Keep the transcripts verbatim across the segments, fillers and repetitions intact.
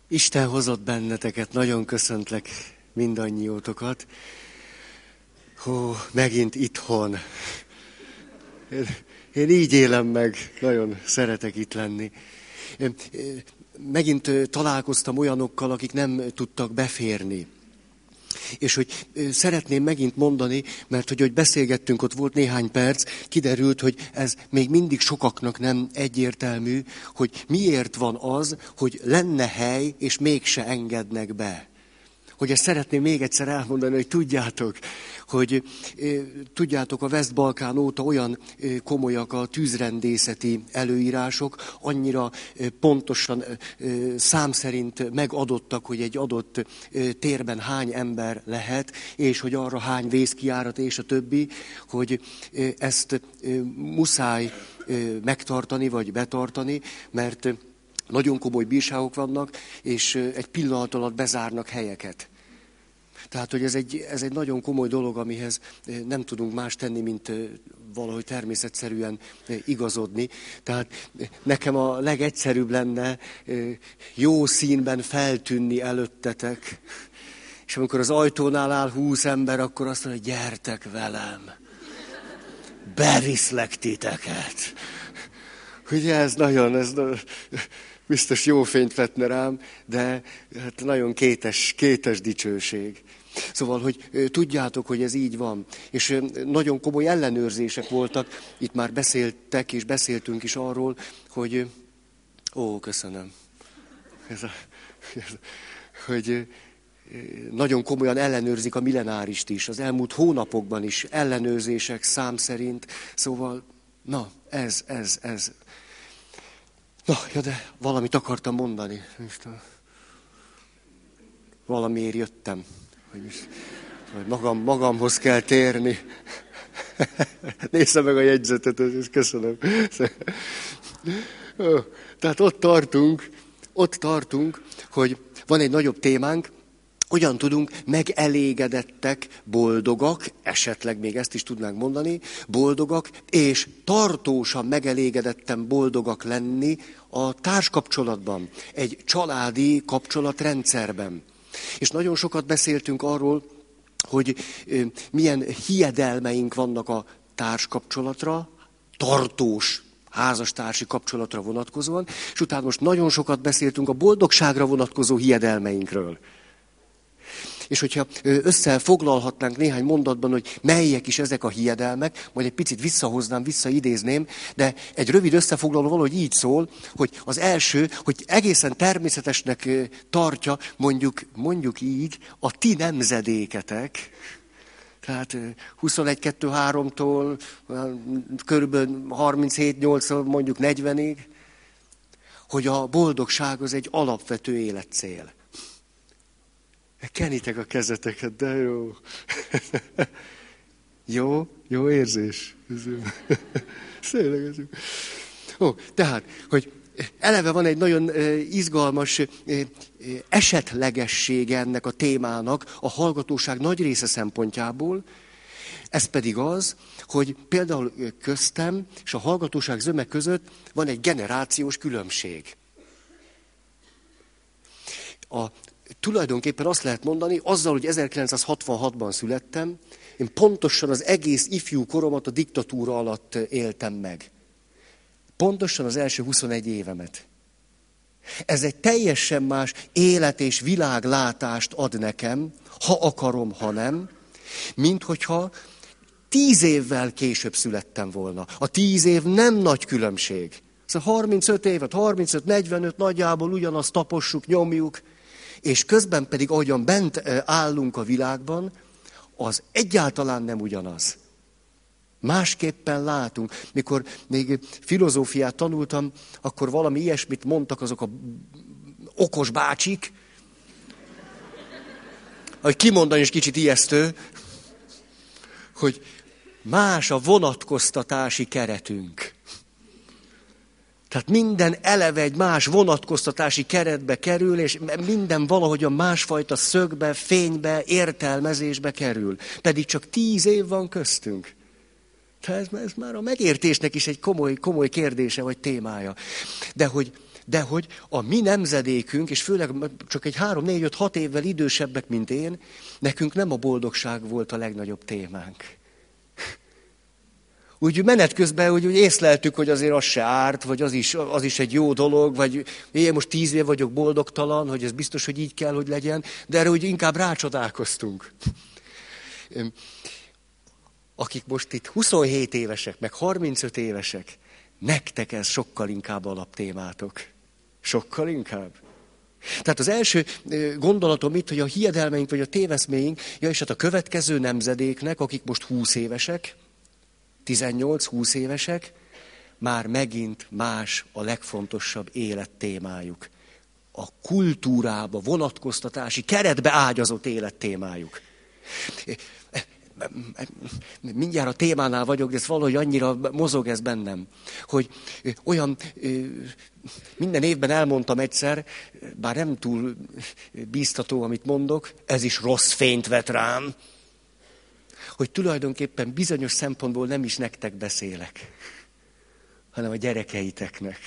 Isten hozott benneteket, nagyon köszöntlek mindannyiótokat. Hú, megint itthon. Én, én így élem meg, nagyon szeretek itt lenni. Megint találkoztam olyanokkal, akik nem tudtak beférni. És hogy szeretném megint mondani, mert hogy, hogy beszélgettünk, ott volt néhány perc, kiderült, hogy ez még mindig sokaknak nem egyértelmű, hogy miért van az, hogy lenne hely, és mégse engednek be. Hogy ezt szeretném még egyszer elmondani, hogy tudjátok, hogy tudjátok, a West-Balkán óta olyan komolyak a tűzrendészeti előírások, annyira pontosan szám szerint megadottak, hogy egy adott térben hány ember lehet, és hogy arra hány vészkijárat, és a többi, hogy ezt muszáj megtartani, vagy betartani, mert nagyon komoly bírságok vannak, és egy pillanat alatt bezárnak helyeket. Tehát, hogy ez egy, ez egy nagyon komoly dolog, amihez nem tudunk más tenni, mint valahogy természetszerűen igazodni. Tehát nekem a legegyszerűbb lenne jó színben feltűnni előttetek, és amikor az ajtónál áll húsz ember, akkor azt mondja, gyertek velem, beriszlek titeket. Ugye ez nagyon, ez nagyon... Biztos jó fényt vetne rám, de hát nagyon kétes, kétes dicsőség. Szóval, hogy tudjátok, hogy ez így van. És nagyon komoly ellenőrzések voltak. Itt már beszéltek és beszéltünk is arról, hogy... Ó, köszönöm. Ez a, ez, hogy nagyon komolyan ellenőrzik a millenárist is. Az elmúlt hónapokban is ellenőrzések szám szerint. Szóval, na, ez, ez, ez... Na, ja, de valamit akartam mondani. Valamiért jöttem. Hogy magam, magamhoz kell térni. Nézze meg a jegyzetet, és köszönöm. Tehát ott tartunk, ott tartunk, hogy van egy nagyobb témánk, hogyan tudunk megelégedettek, boldogak, esetleg még ezt is tudnánk mondani, boldogak és tartósan megelégedetten boldogak lenni a társkapcsolatban, egy családi kapcsolatrendszerben. És nagyon sokat beszéltünk arról, hogy milyen hiedelmeink vannak a társkapcsolatra, tartós házastársi kapcsolatra vonatkozóan, és utána most nagyon sokat beszéltünk a boldogságra vonatkozó hiedelmeinkről. És hogyha összefoglalhatnánk néhány mondatban, hogy melyek is ezek a hiedelmek, majd egy picit visszahoznám, visszaidézném, de egy rövid összefoglaló valahogy így szól, hogy az első, hogy egészen természetesnek tartja, mondjuk, mondjuk így, a ti nemzedéketek, tehát huszonegy kettő háromtól körülbelül harminchét nyolctól mondjuk negyvenig, hogy a boldogság az egy alapvető életcél. Kenitek a kezeteket, de jó. Jó, jó érzés. Szélegezünk. Ó, tehát, hogy eleve van egy nagyon izgalmas esetlegessége ennek a témának a hallgatóság nagy része szempontjából. Ez pedig az, hogy például köztem és a hallgatóság zöme között van egy generációs különbség. A Tulajdonképpen azt lehet mondani, azzal, hogy ezerkilencszázhatvanhatban születtem, én pontosan az egész ifjú koromat a diktatúra alatt éltem meg. Pontosan az első huszonegy évemet. Ez egy teljesen más élet- és világlátást ad nekem, ha akarom, ha nem, mint hogyha tíz évvel később születtem volna. A tíz év nem nagy különbség. Szóval harmincöt évet, harmincöt negyvenöt nagyjából ugyanazt tapossuk, nyomjuk, és közben pedig, ahogyan bent állunk a világban, az egyáltalán nem ugyanaz. Másképpen látunk. Mikor még filozófiát tanultam, akkor valami ilyesmit mondtak azok a okos bácsik, hogy kimondani is kicsit ijesztő, hogy más a vonatkoztatási keretünk. Tehát minden eleve egy más vonatkoztatási keretbe kerül, és minden valahogyan másfajta szögbe, fénybe, értelmezésbe kerül. Pedig csak tíz év van köztünk. Tehát ez, ez már a megértésnek is egy komoly, komoly kérdése vagy témája. De hogy De hogy a mi nemzedékünk, és főleg csak egy három, négy, öt, hat évvel idősebbek, mint én, nekünk nem a boldogság volt a legnagyobb témánk. Úgy menet közben úgy, úgy észleltük, hogy azért az se árt, vagy az is, az is egy jó dolog, vagy én most tíz év vagyok boldogtalan, hogy ez biztos, hogy így kell, hogy legyen, de erre úgy inkább rácsodálkoztunk. Akik most itt huszonhét évesek, meg harmincöt évesek, nektek ez sokkal inkább alaptémátok. Sokkal inkább. Tehát az első gondolatom itt, hogy a hiedelmeink, vagy a téveszméink, ja, és hát a következő nemzedéknek, akik most húsz évesek, tizennyolc-húsz évesek, már megint más a legfontosabb élettémájuk. A kultúrába, vonatkoztatási keretbe ágyazott élettémájuk. Mindjárt a témánál vagyok, de ez valahogy annyira mozog ez bennem, hogy olyan, minden évben elmondtam egyszer, bár nem túl bíztató, amit mondok, ez is rossz fényt vet rám, hogy tulajdonképpen bizonyos szempontból nem is nektek beszélek, hanem a gyerekeiteknek.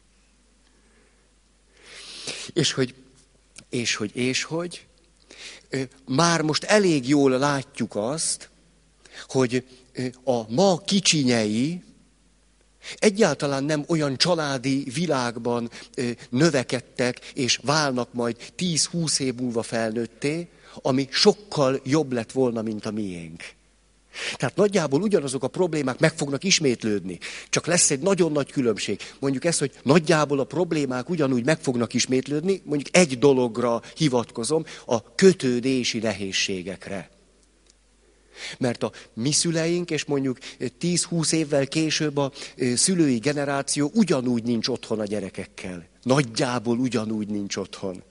És hogy, és hogy, és hogy, már most elég jól látjuk azt, hogy a ma kicsinyei egyáltalán nem olyan családi világban növekedtek, és válnak majd tíz-húsz év múlva felnőtté, ami sokkal jobb lett volna, mint a miénk. Tehát nagyjából ugyanazok a problémák meg fognak ismétlődni. Csak lesz egy nagyon nagy különbség. Mondjuk ezt, hogy nagyjából a problémák ugyanúgy meg fognak ismétlődni, mondjuk egy dologra hivatkozom, a kötődési nehézségekre. Mert a mi szüleink, és mondjuk tíz-húsz évvel később a szülői generáció ugyanúgy nincs otthon a gyerekekkel. Nagyjából ugyanúgy nincs otthon.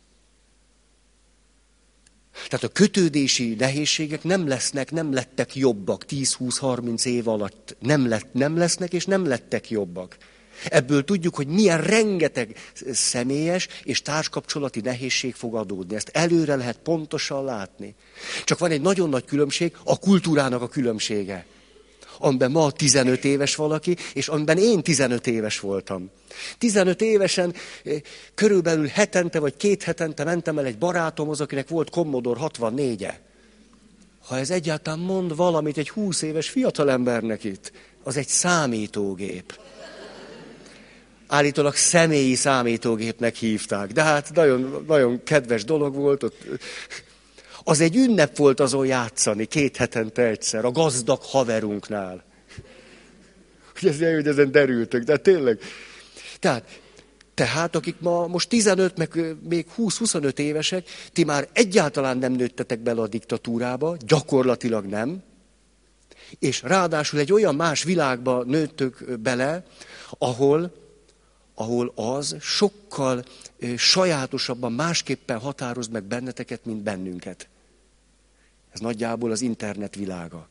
Tehát a kötődési nehézségek nem lesznek, nem lettek jobbak tíz-húsz-harminc év alatt. Nem, lett, nem lesznek és nem lettek jobbak. Ebből tudjuk, hogy milyen rengeteg személyes és társkapcsolati nehézség fog adódni. Ezt előre lehet pontosan látni. Csak van egy nagyon nagy különbség, a kultúrának a különbsége. Amiben ma tizenöt éves valaki, és amiben én tizenöt éves voltam. tizenöt évesen körülbelül hetente vagy két hetente mentem el egy barátomhoz, akinek volt Commodore hatvannégye. Ha ez egyáltalán mond valamit egy húsz éves fiatalembernek itt, az egy számítógép. Állítólag személyi számítógépnek hívták, de hát nagyon, nagyon kedves dolog volt. Ott. Az egy ünnep volt azon játszani, két hetente egyszer, a gazdag haverunknál. Ez ilyen, hogy ezen derültök, de tényleg. Tehát, tehát, akik ma most tizenöt, meg még húsz-huszonöt évesek, ti már egyáltalán nem nőttetek bele a diktatúrába, gyakorlatilag nem, és ráadásul egy olyan más világba nőttök bele, ahol, ahol az sokkal sajátosabban, másképpen határoz meg benneteket, mint bennünket. Ez nagyjából az internet világa.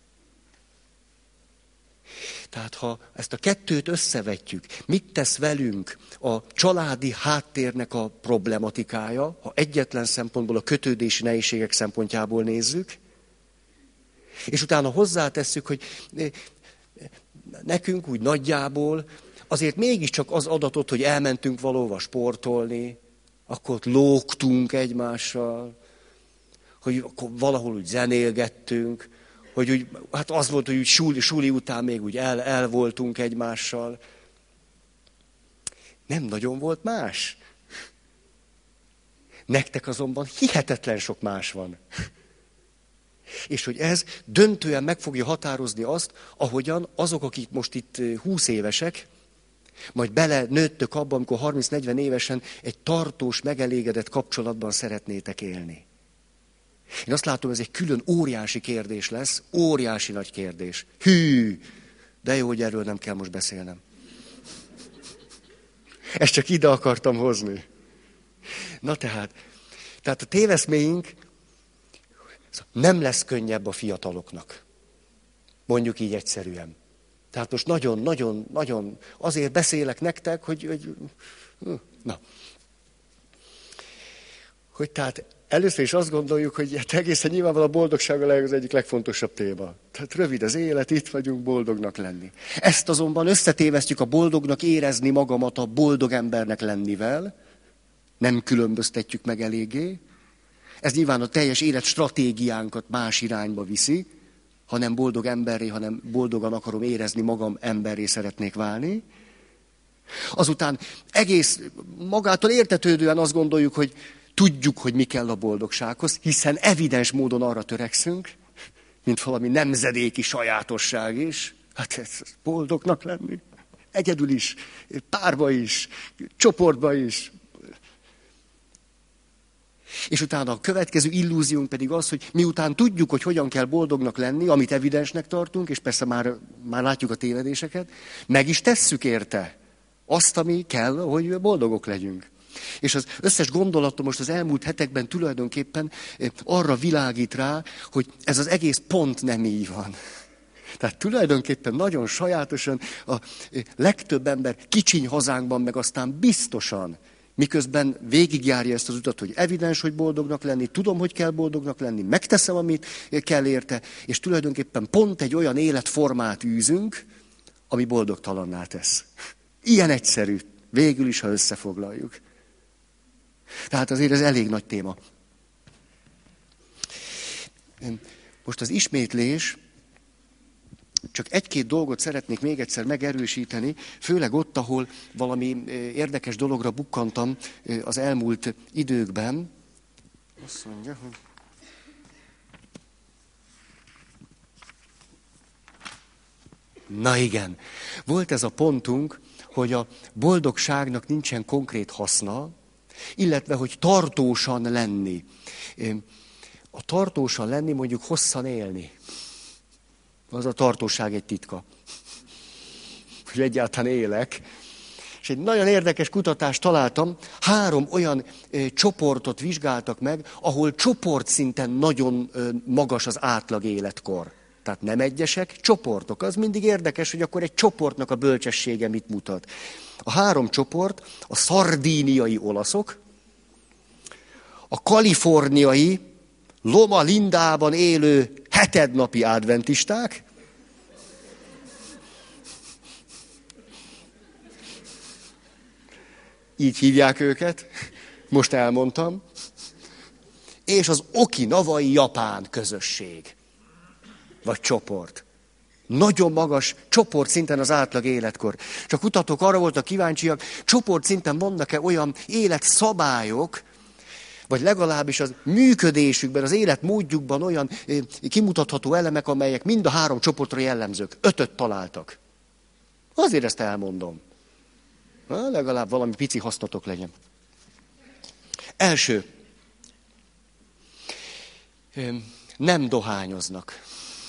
Tehát ha ezt a kettőt összevetjük, mit tesz velünk a családi háttérnek a problematikája, ha egyetlen szempontból a kötődési nehézségek szempontjából nézzük, és utána hozzátesszük, hogy nekünk úgy nagyjából azért mégiscsak az adatot, hogy elmentünk valahova sportolni, akkor ott lógtunk egymással, hogy akkor valahol úgy zenélgettünk, hogy úgy, hát az volt, hogy úgy suli, suli után még úgy el, el voltunk egymással. Nem nagyon volt más. Nektek azonban hihetetlen sok más van. És hogy ez döntően meg fogja határozni azt, ahogyan azok, akik most itt húsz évesek, majd bele nőttök abban, amikor harminc-negyven évesen egy tartós, megelégedett kapcsolatban szeretnétek élni. Én azt látom, ez egy külön óriási kérdés lesz, óriási nagy kérdés. Hű, de jó, hogy erről nem kell most beszélnem. Ezt csak ide akartam hozni. Na tehát, tehát a téveszméink nem lesz könnyebb a fiataloknak. Mondjuk így egyszerűen. Tehát most nagyon, nagyon, nagyon azért beszélek nektek, hogy, hogy na. Hogy tehát Először is azt gondoljuk, hogy hát egészen nyilvánvalóan a boldogság az egyik legfontosabb téma. Tehát rövid az élet, itt vagyunk boldognak lenni. Ezt azonban összetévesztjük a boldognak érezni magamat a boldog embernek lennivel, nem különböztetjük meg eléggé. Ez nyilván a teljes élet stratégiánkat más irányba viszi, ha nem boldog emberré, hanem boldogan akarom érezni magam, emberré szeretnék válni. Azután egész magától értetődően azt gondoljuk, hogy tudjuk, hogy mi kell a boldogsághoz, hiszen evidens módon arra törekszünk, mint valami nemzedéki sajátosság is. Hát ez boldognak lenni. Egyedül is, párba is, csoportba is. És utána a következő illúziónk pedig az, hogy miután tudjuk, hogy hogyan kell boldognak lenni, amit evidensnek tartunk, és persze már, már látjuk a tévedéseket, meg is tesszük érte azt, ami kell, hogy boldogok legyünk. És az összes gondolatom most az elmúlt hetekben tulajdonképpen arra világít rá, hogy ez az egész pont nem így van. Tehát tulajdonképpen nagyon sajátosan a legtöbb ember kicsiny hazánkban, meg aztán biztosan, miközben végigjárja ezt az utat, hogy evidens, hogy boldognak lenni, tudom, hogy kell boldognak lenni, megteszem, amit kell érte, és tulajdonképpen pont egy olyan életformát űzünk, ami boldogtalanná tesz. Ilyen egyszerű, végül is, ha összefoglaljuk. Tehát azért ez elég nagy téma. Most az ismétlés, csak egy-két dolgot szeretnék még egyszer megerősíteni, főleg ott, ahol valami érdekes dologra bukkantam az elmúlt időkben. Azt mondja, hogy... Na igen, volt ez a pontunk, hogy a boldogságnak nincsen konkrét haszna, illetve, hogy tartósan lenni. A tartósan lenni, mondjuk hosszan élni. Az a tartóság egy titka. Hogy egyáltalán élek. És egy nagyon érdekes kutatást találtam. Három olyan e, csoportot vizsgáltak meg, ahol csoportszinten nagyon e, magas az átlag életkor. Tehát nem egyesek, csoportok. Az mindig érdekes, hogy akkor egy csoportnak a bölcsessége mit mutat. A három csoport a szardíniai olaszok, a kaliforniai Loma Lindában élő hetednapi adventisták, így hívják őket, most elmondtam, és az okinawai japán közösség, vagy csoport. Nagyon magas csoportszinten az átlag életkor. Csak kutatók arra voltak kíváncsiak, csoportszinten vannak-e olyan életszabályok, vagy legalábbis az működésükben, az életmódjukban olyan kimutatható elemek, amelyek mind a három csoportra jellemzők. Ötöt találtak. Azért ezt elmondom. Na, legalább valami pici hasznotok legyen. Első. Nem dohányoznak.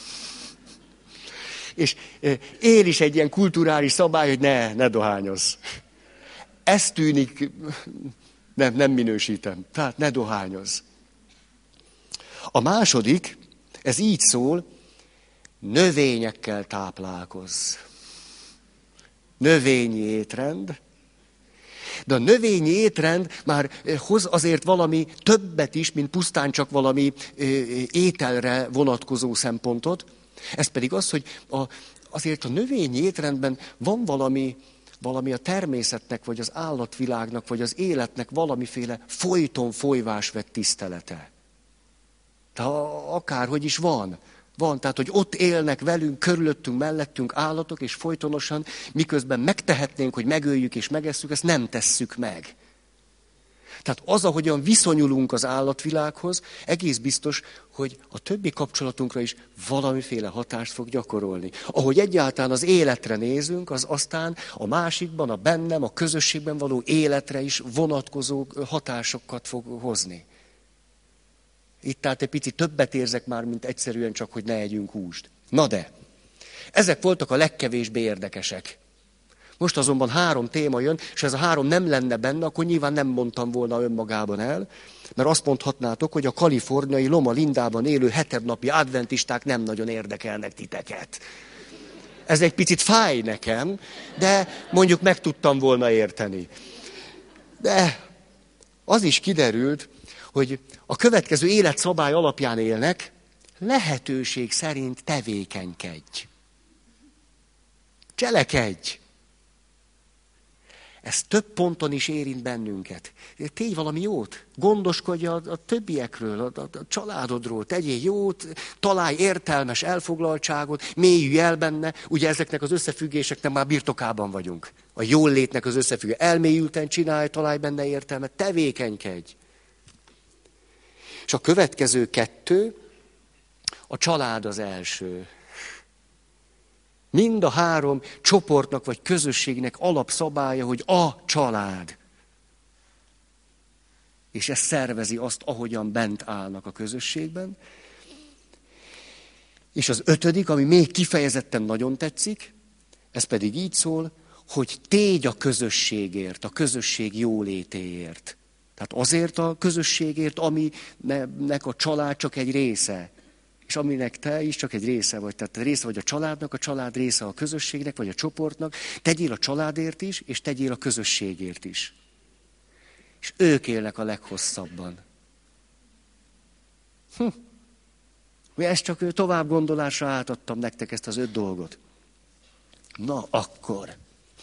És él is egy ilyen kulturális szabály, hogy ne, ne dohányozz. Ez tűnik... Nem, nem minősítem. Tehát ne dohányozz. A második, ez így szól, növényekkel táplálkozz. Növényi étrend. De a növényi étrend már hoz azért valami többet is, mint pusztán csak valami ételre vonatkozó szempontot. Ez pedig az, hogy a, azért a növényi étrendben van valami... valami a természetnek, vagy az állatvilágnak, vagy az életnek valamiféle folyton folyvás vett tisztelete. Tehát akárhogy is van. Van, tehát, hogy ott élnek velünk, körülöttünk, mellettünk állatok, és folytonosan, miközben megtehetnénk, hogy megöljük és megesszük, ezt nem tesszük meg. Tehát az, ahogyan viszonyulunk az állatvilághoz, egész biztos, hogy a többi kapcsolatunkra is valamiféle hatást fog gyakorolni. Ahogy egyáltalán az életre nézünk, az aztán a másikban, a bennem, a közösségben való életre is vonatkozó hatásokat fog hozni. Itt tehát egy picit többet érzek már, mint egyszerűen csak, hogy ne együnk húst. Na de, ezek voltak a legkevésbé érdekesek. Most azonban három téma jön, és ez a három nem lenne benne, akkor nyilván nem mondtam volna önmagában el, mert azt mondhatnátok, hogy a kaliforniai Loma Lindában élő hetednapi adventisták nem nagyon érdekelnek titeket. Ez egy picit fáj nekem, de mondjuk meg tudtam volna érteni. De az is kiderült, hogy a következő életszabály alapján élnek, lehetőség szerint tevékenykedj. Cselekedj. Ez több ponton is érint bennünket. Tégy valami jót, gondoskodj a, a többiekről, a, a, a családodról, tegyél jót, találj értelmes elfoglaltságot, mélyülj el benne. Ugye ezeknek az összefüggéseknek már birtokában vagyunk. A jól létnek az összefüggés. Elmélyülten csinálj, találj benne értelmet, tevékenykedj. És a következő kettő, a család az első. Mind a három csoportnak vagy közösségnek alapszabálya, hogy a család. És ez szervezi azt, ahogyan bent állnak a közösségben. És az ötödik, ami még kifejezetten nagyon tetszik, ez pedig így szól, hogy tégy a közösségért, a közösség jólétéért. Tehát azért a közösségért, aminek a család csak egy része. És aminek te is csak egy része vagy. Tehát része vagy a családnak, a család része a közösségnek, vagy a csoportnak. Tegyél a családért is, és tegyél a közösségért is. És ők élnek a leghosszabban. Hm. Ezt csak tovább gondolásra átadtam nektek ezt az öt dolgot. Na, akkor.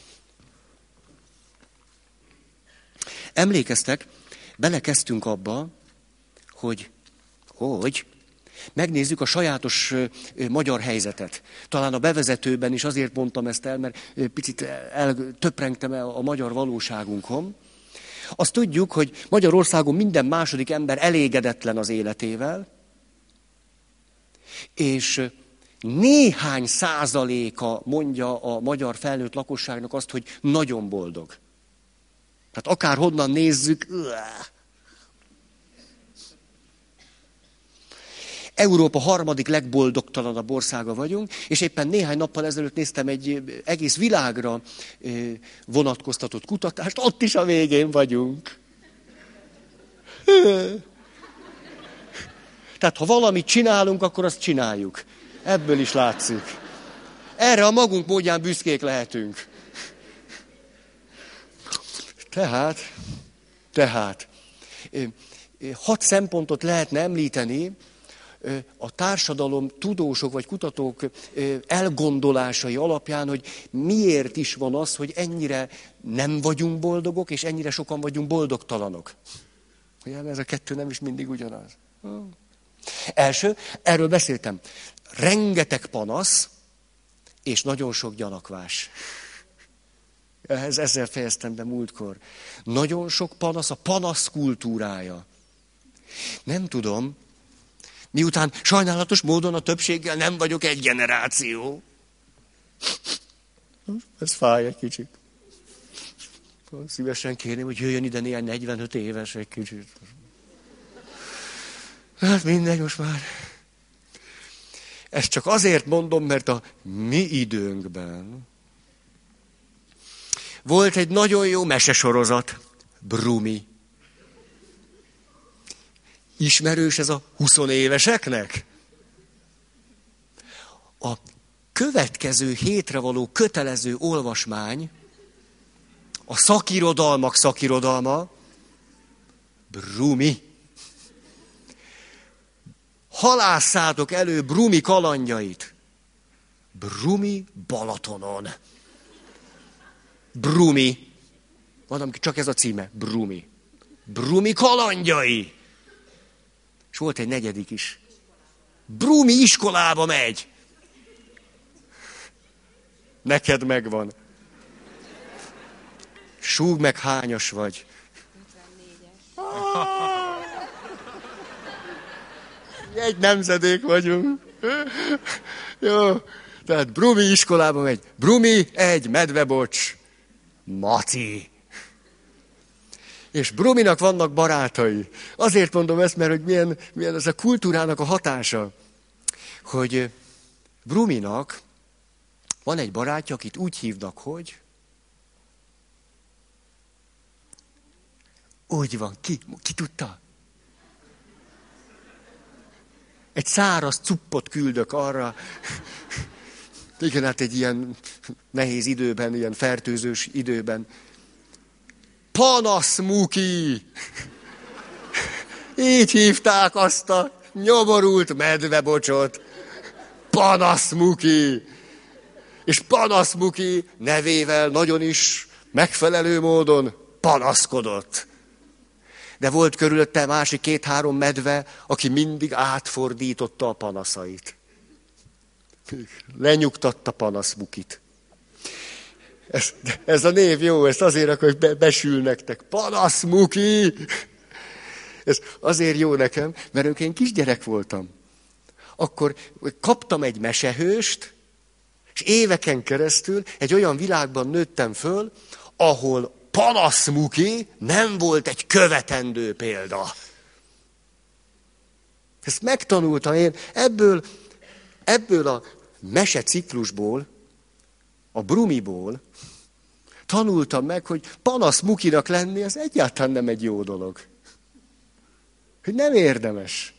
Emlékeztek, belekezdtünk abba, hogy, hogy megnézzük a sajátos magyar helyzetet. Talán a bevezetőben is azért mondtam ezt el, mert picit eltöprengtem el a magyar valóságunkon. Azt tudjuk, hogy Magyarországon minden második ember elégedetlen az életével, és néhány százaléka mondja a magyar felnőtt lakosságnak azt, hogy nagyon boldog. Tehát akárhonnan nézzük, uah. Európa harmadik legboldogtalanabb országa vagyunk, és éppen néhány nappal ezelőtt néztem egy egész világra vonatkoztatott kutatást, ott is a végén vagyunk. Tehát ha valamit csinálunk, akkor azt csináljuk. Ebből is látszik. Erre a magunk módján büszkék lehetünk. Tehát, tehát, hat szempontot lehetne említeni, a társadalom tudósok vagy kutatók elgondolásai alapján, hogy miért is van az, hogy ennyire nem vagyunk boldogok, és ennyire sokan vagyunk boldogtalanok. Ugye, ez a kettő nem is mindig ugyanaz. Első, erről beszéltem. Rengeteg panasz, és nagyon sok gyanakvás. Ez, ezzel fejeztem be múltkor. Nagyon sok panasz, a panasz kultúrája. Nem tudom, miután sajnálatos módon a többséggel nem vagyok egy generáció. Ez fáj egy kicsit. Szívesen kérném, hogy jöjjön ide néhány negyvenöt éves egy kicsit. Hát mindegy most már. Ezt csak azért mondom, mert a mi időnkben volt egy nagyon jó mesesorozat, Brumi. Ismerős ez a huszonéveseknek? A következő hétre való kötelező olvasmány, a szakirodalmak szakirodalma, Brumi. Halásszátok elő Brumi kalandjait. Brumi Balatonon. Brumi. Mondom, csak ez a címe. Brumi. Brumi kalandjai. És volt egy negyedik is. Brumi iskolába megy. Neked megvan. Súg meg, hányas vagy. Egy nemzedék vagyunk. Jó. Tehát Brumi iskolába megy. Brumi egy medvebocs. Maci. És Bruminak vannak barátai. Azért mondom ezt, mert hogy milyen, milyen ez a kultúrának a hatása. Hogy Bruminak van egy barátja, akit úgy hívnak, hogy... Úgy van, ki, ki tudta? Egy száraz cuppot küldök arra. Igen, hát egy ilyen nehéz időben, ilyen fertőzős időben. Panaszmuki! Így hívták azt a nyomorult medvebocsot. Panaszmuki. És Panaszmuki nevével nagyon is megfelelő módon panaszkodott. De volt körülötte másik két-három medve, aki mindig átfordította a panaszait. Lenyugtatta Panaszmukit. Ez, ez a név jó, ezt azért akar, hogy be, besül nektek. Panaszmuki! Ez azért jó nekem, mert amikor én kisgyerek voltam, akkor kaptam egy mesehőst, és éveken keresztül egy olyan világban nőttem föl, ahol Panaszmuki nem volt egy követendő példa. Ezt megtanultam én ebből, ebből a meseciklusból, a Brumiból tanultam meg, hogy Panaszmukinak lenni, az egyáltalán nem egy jó dolog. Hogy nem érdemes.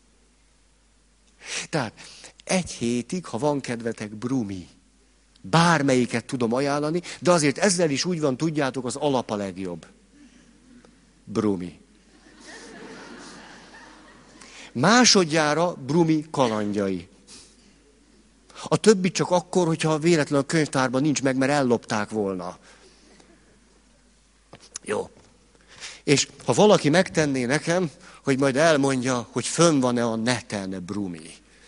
Tehát egy hétig, ha van kedvetek, Brumi. Bármelyiket tudom ajánlani, de azért ezzel is úgy van, tudjátok, az alap a legjobb. Brumi. Másodjára Brumi kalandjai. A többi csak akkor, hogyha véletlenül a könyvtárban nincs meg, mert ellopták volna. Jó. És ha valaki megtenné nekem, hogy majd elmondja, hogy fönn van-e a neten Brumi.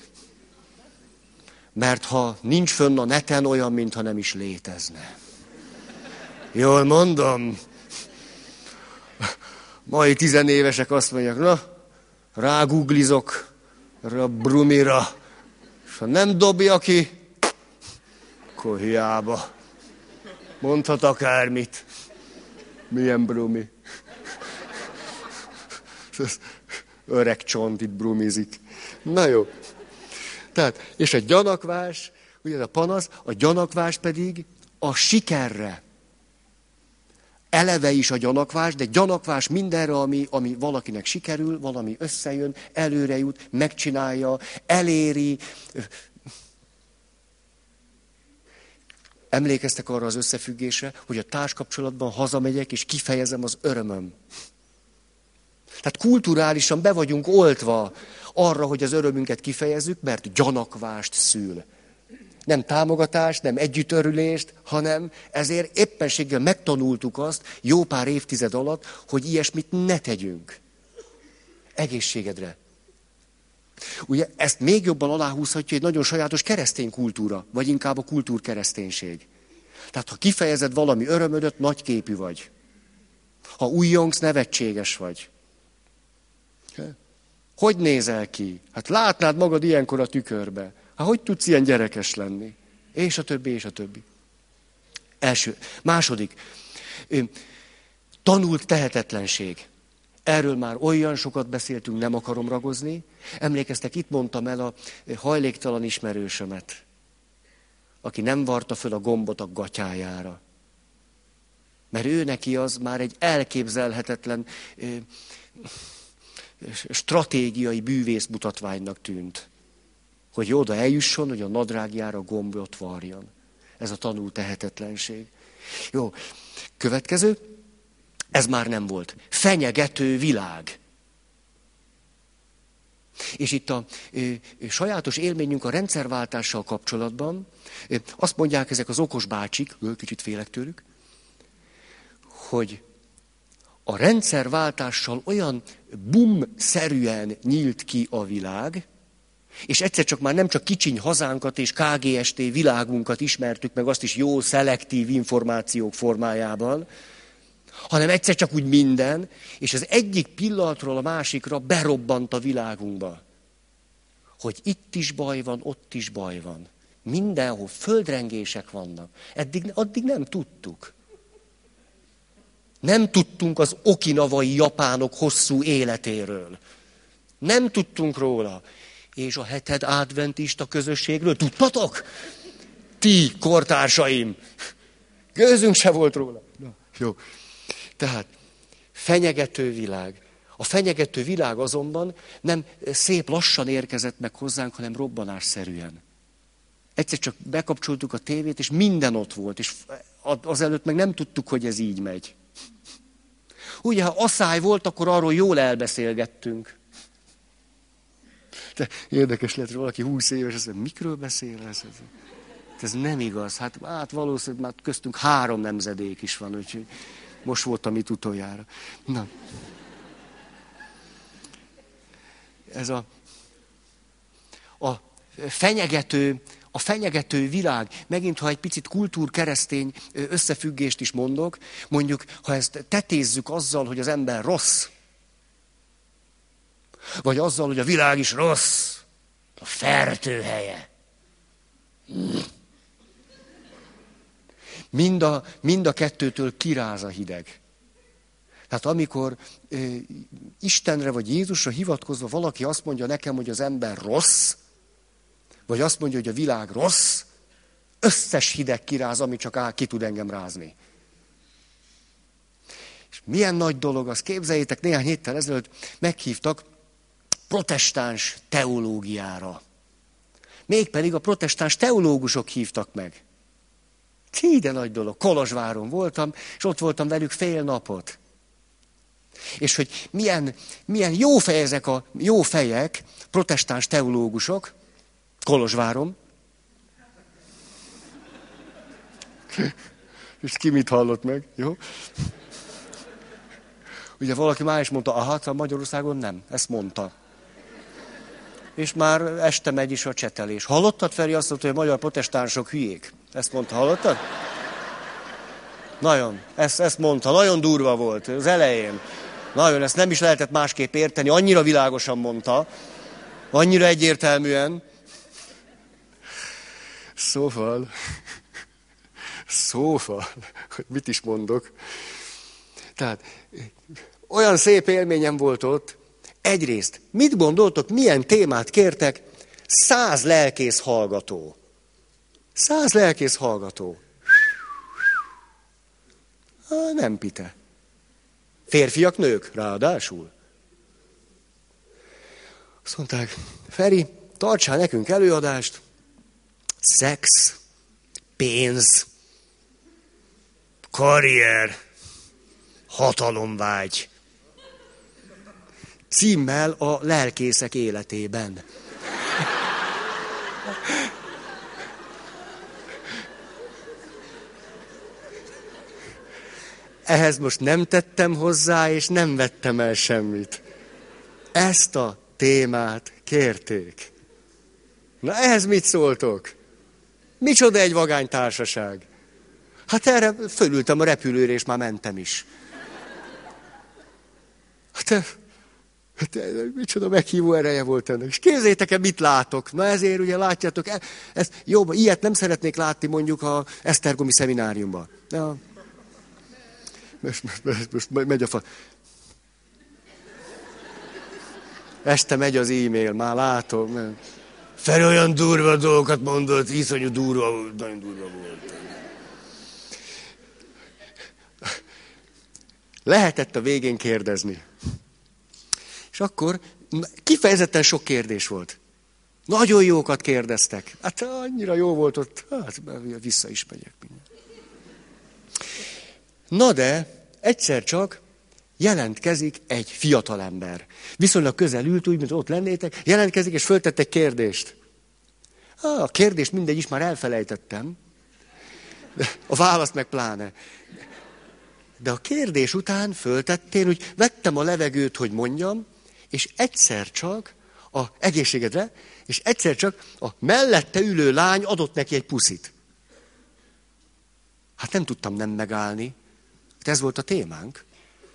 Mert ha nincs fönn a neten, olyan, mintha nem is létezne. Jól mondom? Mai tizenévesek azt mondják, na, ráguglizok a Brumira, és ha nem dobja ki, akkor hiába. Mondhat akármit. Milyen Brumi? Öreg csont itt brumizik. Na jó. Tehát, és a gyanakvás, ugye a panasz, a gyanakvás pedig a sikerre. Eleve is a gyanakvás, de gyanakvás mindenre, ami, ami valakinek sikerül, valami összejön, előre jut, megcsinálja, eléri. Emlékeztek arra az összefüggésre, hogy a társkapcsolatban hazamegyek, és kifejezem az örömöm. Tehát kulturálisan be vagyunk oltva arra, hogy az örömünket kifejezzük, mert gyanakvást szül. Nem támogatást, nem együttörülést, hanem ezért éppenséggel megtanultuk azt jó pár évtized alatt, hogy ilyesmit ne tegyünk. Egészségedre. Ugye ezt még jobban aláhúzhatja egy nagyon sajátos keresztény kultúra, vagy inkább a kultúrkereszténység. Tehát ha kifejezed valami örömödöt, nagyképű vagy. Ha újjongsz, nevetséges vagy. Hogy nézel ki? Hát látnád magad ilyenkor a tükörbe. Hát hogy tudsz ilyen gyerekes lenni? És a többi, és a többi. Első. Második. Tanult tehetetlenség. Erről már olyan sokat beszéltünk, nem akarom ragozni. Emlékeztek, itt mondtam el a hajléktalan ismerősömet, aki nem varta föl a gombot a gatyájára. Mert ő neki az már egy elképzelhetetlen stratégiai bűvészmutatványnak tűnt. Hogy oda eljusson, hogy a nadrágjára gombot varjon. Ez a tanult tehetetlenség. Jó, következő. Ez már nem volt. Fenyegető világ. És itt a ö, sajátos élményünk a rendszerváltással kapcsolatban, ö, azt mondják ezek az okos bácsik, ö, kicsit félek tőlük, hogy a rendszerváltással olyan bum-szerűen nyílt ki a világ, és egyszer csak már nem csak kicsiny hazánkat és ká gé es té világunkat ismertük meg, azt is jó, szelektív információk formájában, hanem egyszer csak úgy minden, és az egyik pillanatról a másikra berobbant a világunkba. Hogy itt is baj van, ott is baj van. Mindenhol földrengések vannak. Eddig, addig nem tudtuk. Nem tudtunk az okinawai japánok hosszú életéről. Nem tudtunk róla. És a heted adventista közösségről tudtatok? Ti, kortársaim! Gőzünk se volt róla. Na, jó. Tehát fenyegető világ. A fenyegető világ azonban nem szép lassan érkezett meg hozzánk, hanem robbanásszerűen. Egyszer csak bekapcsoltuk a tévét, és minden ott volt, és azelőtt meg nem tudtuk, hogy ez így megy. Ugye, ha asszály volt, akkor arról jól elbeszélgettünk. De érdekes lehet, hogy valaki húsz éves, azt mondja, mikről beszél ez? Ez nem igaz. Hát, hát valószínűleg már köztünk három nemzedék is van, úgyhogy most voltam itt utoljára. Na. Ez a, a fenyegető, a fenyegető világ, megint ha egy picit kultúrkeresztény összefüggést is mondok, mondjuk, ha ezt tetézzük azzal, hogy az ember rossz, vagy azzal, hogy a világ is rossz, a fertőhelye. Mind a, mind a kettőtől kiráz a hideg. Tehát amikor e, Istenre vagy Jézusra hivatkozva valaki azt mondja nekem, hogy az ember rossz, vagy azt mondja, hogy a világ rossz, összes hideg kiráz, ami csak áll, ki tud engem rázni. És milyen nagy dolog az, képzeljétek, néhány héttel ezelőtt meghívtak protestáns teológiára. Mégpedig a protestáns teológusok hívtak meg. Ki, de nagy dolog. Kolozsváron voltam, és ott voltam velük fél napot. És hogy milyen, milyen jó fejezek a jó fejek, protestáns teológusok, Kolozsváron. És ki mit hallott meg, jó? Ugye valaki már is mondta, aha, a Magyarországon nem, ezt mondta. És már este megy is a csetelés. Hallottad, Feri, azt mondta, hogy a magyar protestánsok hülyék? Ezt mondta, hallottad? Nagyon, ezt, ezt mondta, nagyon durva volt az elején. Nagyon, ezt nem is lehetett másképp érteni, annyira világosan mondta, annyira egyértelműen. Szóval, szóval, hogy mit is mondok. Tehát olyan szép élményem volt ott. Egyrészt, mit gondoltok, milyen témát kértek? Száz lelkész hallgató. Száz lelkész hallgató. Há, nem pite. Férfiak, nők, ráadásul. Azt mondták, Feri, tartsál nekünk előadást. Szex, pénz, karrier, hatalomvágy. Címmel a lelkészek életében. Ehhez most nem tettem hozzá, és nem vettem el semmit. Ezt a témát kérték. Na ehhez mit szóltok? Micsoda egy vagány társaság. Hát erre fölültem a repülőre, és már mentem is. Hát, hát micsoda meghívó ereje volt ennek. És képzeljétek el, mit látok. Na ezért ugye látjátok, ezt, jó, ilyet nem szeretnék látni mondjuk a esztergomi szemináriumban. Ja. Most, most, most megy a fa. Este megy az e-mail, már látom. Feri olyan durva dolgokat mondott, iszonyú durva, nagyon durva volt. Lehetett a végén kérdezni. És akkor kifejezetten sok kérdés volt. Nagyon jókat kérdeztek. Hát annyira jó volt ott, hát vissza is megyek minden. Na de egyszer csak jelentkezik egy fiatalember. Viszonylag közel ült, úgy, mint ott lennétek, jelentkezik és föltett egy kérdést. A kérdést mindegy is már elfelejtettem. A választ meg pláne. De a kérdés után föltettél, hogy vettem a levegőt, hogy mondjam, és egyszer csak, a egészségedre, és egyszer csak a mellette ülő lány adott neki egy puszit. Hát nem tudtam nem megállni. Ez volt a témánk.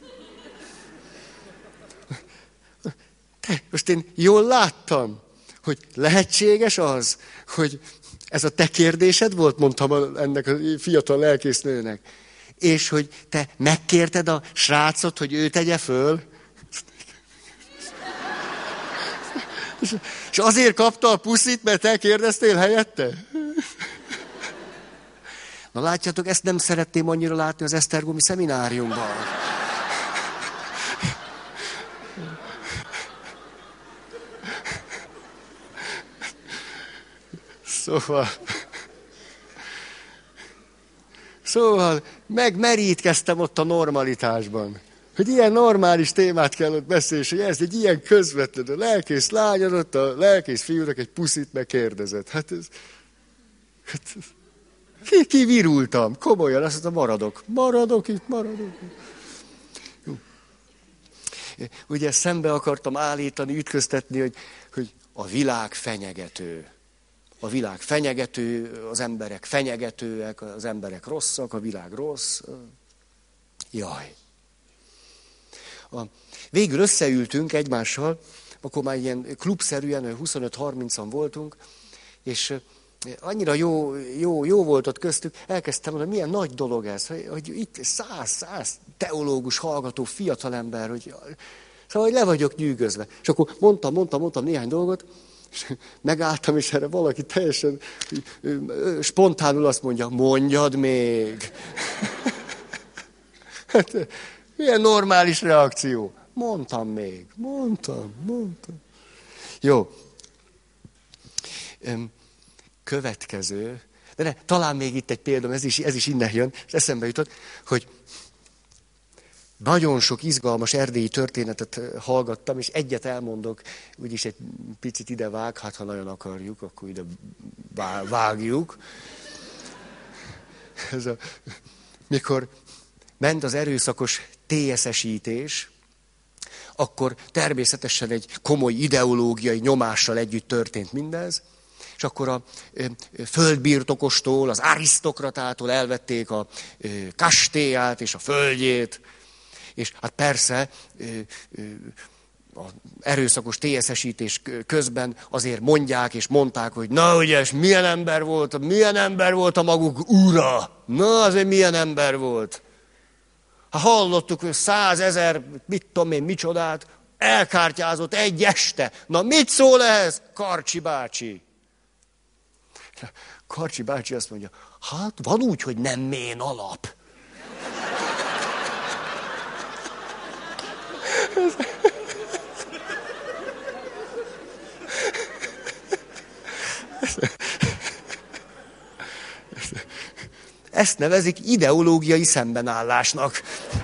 Te, most én jól láttam, hogy lehetséges az, hogy ez a te kérdésed volt, mondtam ennek a fiatal lelkésznőnek, és hogy te megkérted a srácot, hogy ő tegye föl. És azért kapta a puszit, mert te kérdeztél helyette? Na látjátok, ezt nem szeretném annyira látni az esztergomi szemináriumban. Szóval... Szóval megmerítkeztem ott a normalitásban. hogy ilyen normális témát kell ott beszélni, és hogy ez egy ilyen közvetlen, a lelkész lány adott a lelkész fiúnak egy puszit megkérdezett. Hát ez... Hát ez ki, kivirultam, komolyan, azt mondta, maradok. Maradok itt, maradok itt. Ugye szembe akartam állítani, ütköztetni, hogy, hogy a világ fenyegető. A világ fenyegető, az emberek fenyegetőek, az emberek rosszak, a világ rossz. Jaj. A, végül összeültünk egymással, akkor már ilyen klubszerűen, huszonöt-harmincan voltunk, és annyira jó, jó, jó volt ott köztük, elkezdtem mondani, milyen nagy dolog ez, hogy, hogy itt száz, száz teológus hallgató fiatalember, hogy, szóval hogy le vagyok nyűgözve. És akkor mondtam, mondtam, mondtam néhány dolgot, és megálltam, és erre valaki teljesen spontánul azt mondja, mondjad még. Hát, milyen normális reakció. Mondtam még, mondtam, mondtam. Jó. Következő, de ne, talán még itt egy példa, ez is, ez is innen jön, és eszembe jutott, hogy nagyon sok izgalmas erdélyi történetet hallgattam, és egyet elmondok, úgyis egy picit ide vág, hát ha nagyon akarjuk, akkor ide vágjuk. Ez a, mikor ment az erőszakos té es es-ítés, akkor természetesen egy komoly ideológiai nyomással együtt történt mindez, és akkor a földbirtokostól, az arisztokratától elvették a kastélyát és a földjét, és hát persze az erőszakos té es es-ítés közben azért mondják és mondták, hogy na ugye, és milyen ember volt, milyen ember volt a maguk ura, na azért milyen ember volt. Ha hallottuk, hogy százezer, mit tudom én, micsodát, elkártyázott egy este. Na mit szól ehhez, Karcsi bácsi? Karcsi bácsi azt mondja, hát van úgy, hogy nem mén alap. Ezt nevezik ideológiai szembenállásnak.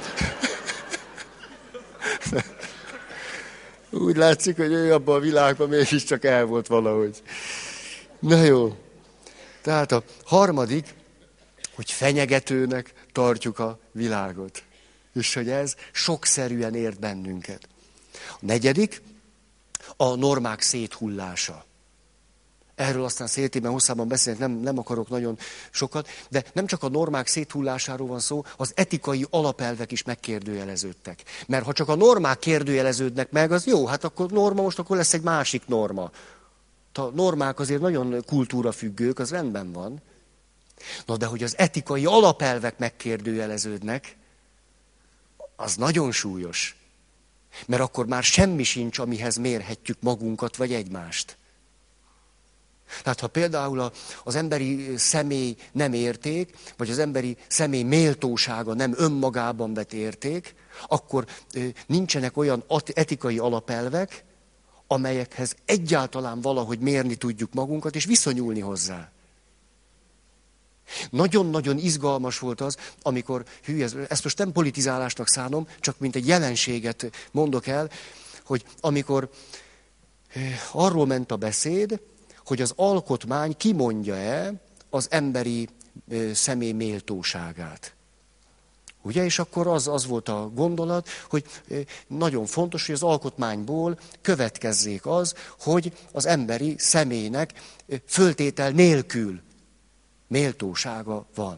Úgy látszik, hogy ő abban a világban mégiscsak el volt valahogy. Na jó. Tehát a harmadik, hogy fenyegetőnek tartjuk a világot. És hogy ez sokszerűen ért bennünket. A negyedik, a normák széthullása. Erről aztán széltében hosszában beszélni nem, nem akarok nagyon sokat, de nem csak a normák széthullásáról van szó, az etikai alapelvek is megkérdőjeleződtek. Mert ha csak a normák kérdőjeleződnek meg, az jó, hát akkor norma, most akkor lesz egy másik norma. A normák azért nagyon kultúrafüggők, az rendben van. Na de hogy az etikai alapelvek megkérdőjeleződnek, az nagyon súlyos. Mert akkor már semmi sincs, amihez mérhetjük magunkat vagy egymást. Tehát ha például az emberi személy nem érték, vagy az emberi személy méltósága nem önmagában vett érték, akkor nincsenek olyan etikai alapelvek, amelyekhez egyáltalán valahogy mérni tudjuk magunkat, és viszonyulni hozzá. Nagyon-nagyon izgalmas volt az, amikor, hű, ez, ezt most nem politizálásnak szánom, csak mint egy jelenséget mondok el, hogy amikor arról ment a beszéd, hogy az alkotmány kimondja-e az emberi személy méltóságát. Ugye, és akkor az, az volt a gondolat, hogy nagyon fontos, hogy az alkotmányból következzék az, hogy az emberi személynek föltétel nélkül méltósága van.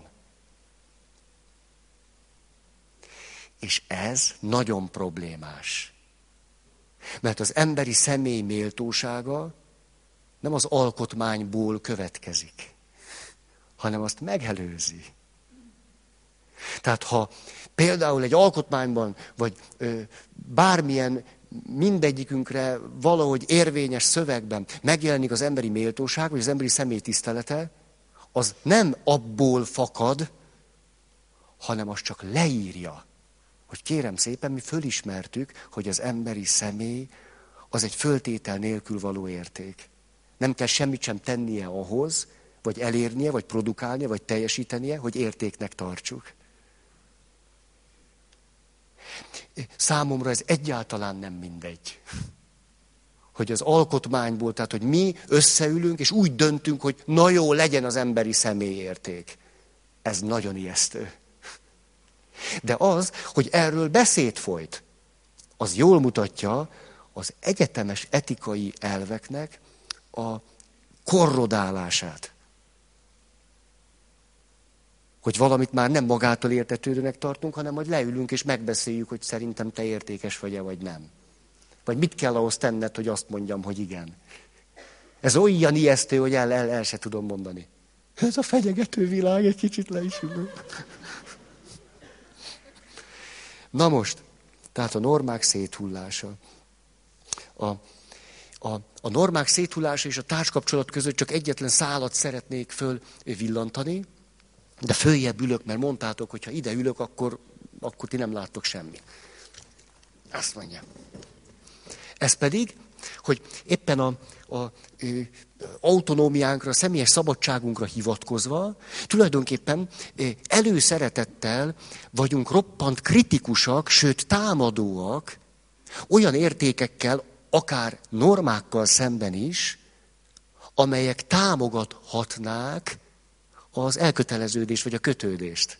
És ez nagyon problémás. Mert az emberi személy méltósága nem az alkotmányból következik, hanem azt megelőzi. Tehát ha például egy alkotmányban, vagy ö, bármilyen mindegyikünkre valahogy érvényes szövegben megjelenik az emberi méltóság, vagy az emberi személy tisztelete, az nem abból fakad, hanem az csak leírja, hogy kérem szépen, mi fölismertük, hogy az emberi személy az egy föltétel nélkül való érték. Nem kell semmit sem tennie ahhoz, vagy elérnie, vagy produkálnia, vagy teljesítenie, hogy értéknek tartsuk. Számomra ez egyáltalán nem mindegy. Hogy az alkotmányból, tehát hogy mi összeülünk, és úgy döntünk, hogy na jó, legyen az emberi személyérték. Ez nagyon ijesztő. De az, hogy erről beszéd folyt, az jól mutatja az egyetemes etikai elveknek a korrodálását. Hogy valamit már nem magától értetődőnek tartunk, hanem hogy leülünk és megbeszéljük, hogy szerintem te értékes vagy-e, vagy nem. Vagy mit kell ahhoz tenned, hogy azt mondjam, hogy igen. Ez olyan ijesztő, hogy el, el, el se tudom mondani. Ez a fenyegető világ, egy kicsit le is ülök. Na most, tehát a normák széthullása. A, a, a normák széthullása és a társkapcsolat között csak egyetlen szálat szeretnék fölvillantani, de följebb ülök, mert mondtátok, hogy ha ide ülök, akkor, akkor ti nem láttok semmit. Azt mondja. Ez pedig, hogy éppen a, a, a autonómiánkra, a személyes szabadságunkra hivatkozva, tulajdonképpen előszeretettel vagyunk roppant kritikusak, sőt támadóak olyan értékekkel, akár normákkal szemben is, amelyek támogathatnák az elköteleződést vagy a kötődést.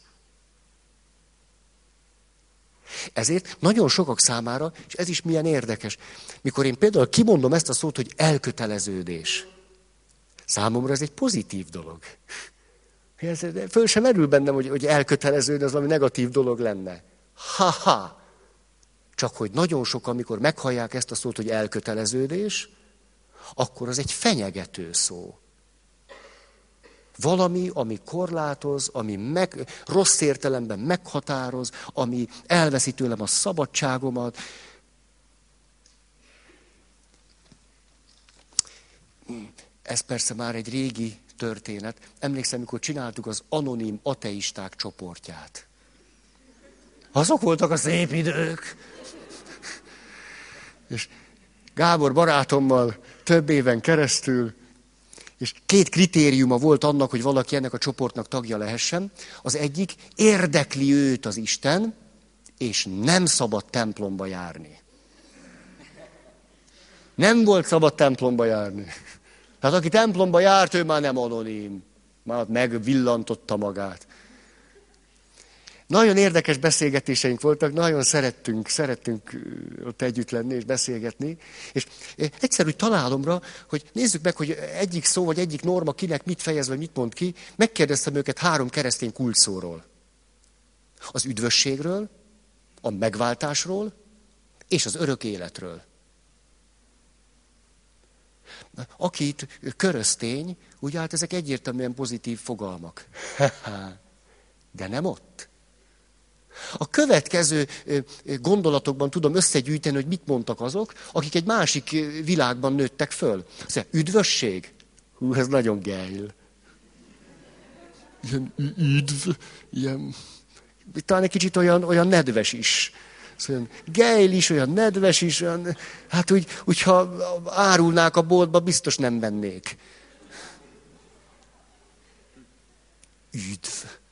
Ezért nagyon sokak számára, és ez is milyen érdekes, mikor én például kimondom ezt a szót, hogy elköteleződés. Számomra ez egy pozitív dolog. Ez, föl sem merül bennem, hogy, hogy elköteleződni, az valami negatív dolog lenne. Ha-ha! Csak hogy nagyon sok, amikor meghallják ezt a szót, hogy elköteleződés, akkor az egy fenyegető szó. Valami, ami korlátoz, ami meg, rossz értelemben meghatároz, ami elveszi tőlem a szabadságomat. Ez persze már egy régi történet. Emlékszem, amikor csináltuk az anonim ateisták csoportját. Azok voltak a szép idők. És Gábor barátommal több éven keresztül, és két kritériuma volt annak, hogy valaki ennek a csoportnak tagja lehessen. Az egyik, érdekli őt az Isten, és nem szabad templomba járni. Nem volt szabad templomba járni. Tehát aki templomba járt, ő már nem anonim. Már megvillantotta magát. Nagyon érdekes beszélgetéseink voltak, nagyon szerettünk, szerettünk ott együtt lenni és beszélgetni. És egyszer úgy találomra, hogy nézzük meg, hogy egyik szó vagy egyik norma kinek mit fejez, vagy mit mond ki. Megkérdeztem őket három keresztény kulcsszóról. Az üdvösségről, a megváltásról és az örök életről. Akit köröztény, ugye hát ezek egyértelműen pozitív fogalmak. De nem ott. A következő gondolatokban tudom összegyűjteni, hogy mit mondtak azok, akik egy másik világban nőttek föl. Szóval üdvösség? Hú, ez nagyon geil. Ilyen üdv, ilyen... Talán egy kicsit olyan, olyan nedves is. Szóval geil is, olyan nedves is, olyan... Hát úgy, úgy, ha árulnák a boltba, biztos nem vennék. Üdv.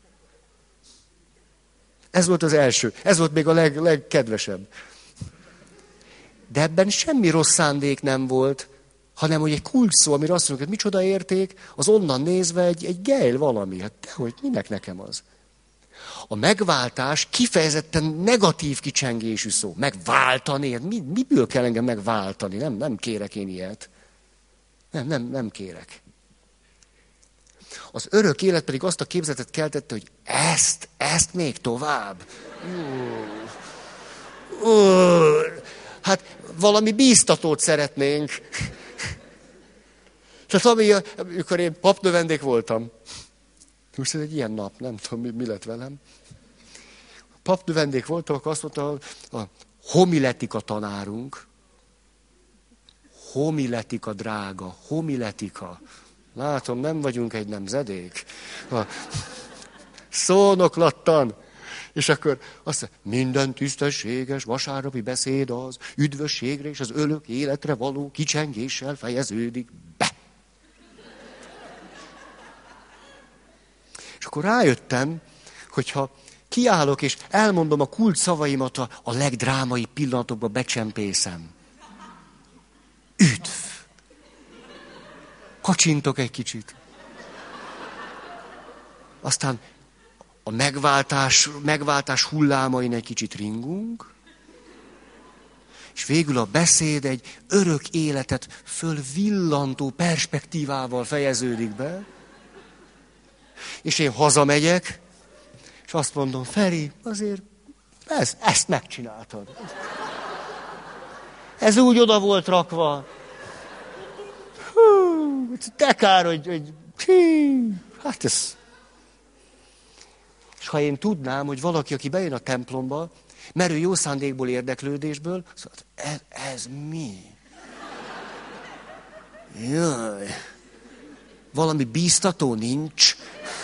Ez volt az első. Ez volt még a leg, legkedvesebb. De ebben semmi rossz szándék nem volt, hanem hogy egy kulcsszó, amire azt mondjuk, hogy micsoda érték, az onnan nézve egy, egy geil valami. Hát dehogy, minek nekem az? A megváltás kifejezetten negatív kicsengésű szó. Megváltani? Mi, miből kell engem megváltani? Nem, nem kérek én ilyet. Nem, nem, nem kérek. Az örök élet pedig azt a képzetet keltette, hogy ezt, ezt még tovább. Uh, uh, hát valami bíztatót szeretnénk. Tehát ami, amikor én papnövendék voltam, most ez egy ilyen nap, nem tudom, mi, mi lett velem. Papnövendék voltam, akkor azt mondta a, a homiletika tanárunk. Homiletika, drága, homiletika. Látom, nem vagyunk egy nemzedék. Szónoklattan. És akkor azt mondja, minden tisztességes vasárnapi beszéd az üdvösségre és az örök életre való kicsengéssel fejeződik be. És akkor rájöttem, hogyha kiállok, és elmondom a kult szavaimat, a, a legdrámai pillanatokba becsempészem. Üdv! Kacsintok egy kicsit. Aztán a megváltás, megváltás hullámain egy kicsit ringunk, és végül a beszéd egy örök életet fölvillantó perspektívával fejeződik be, és én hazamegyek, és azt mondom, Feri, azért ez, ezt megcsináltad. Ez úgy oda volt rakva. Hú, de kár, hogy, hogy hí, hát ez... És ha én tudnám, hogy valaki, aki bejön a templomba, merő jó szándékból, érdeklődésből, szóval ez, ez mi? Jaj, valami bíztató nincs.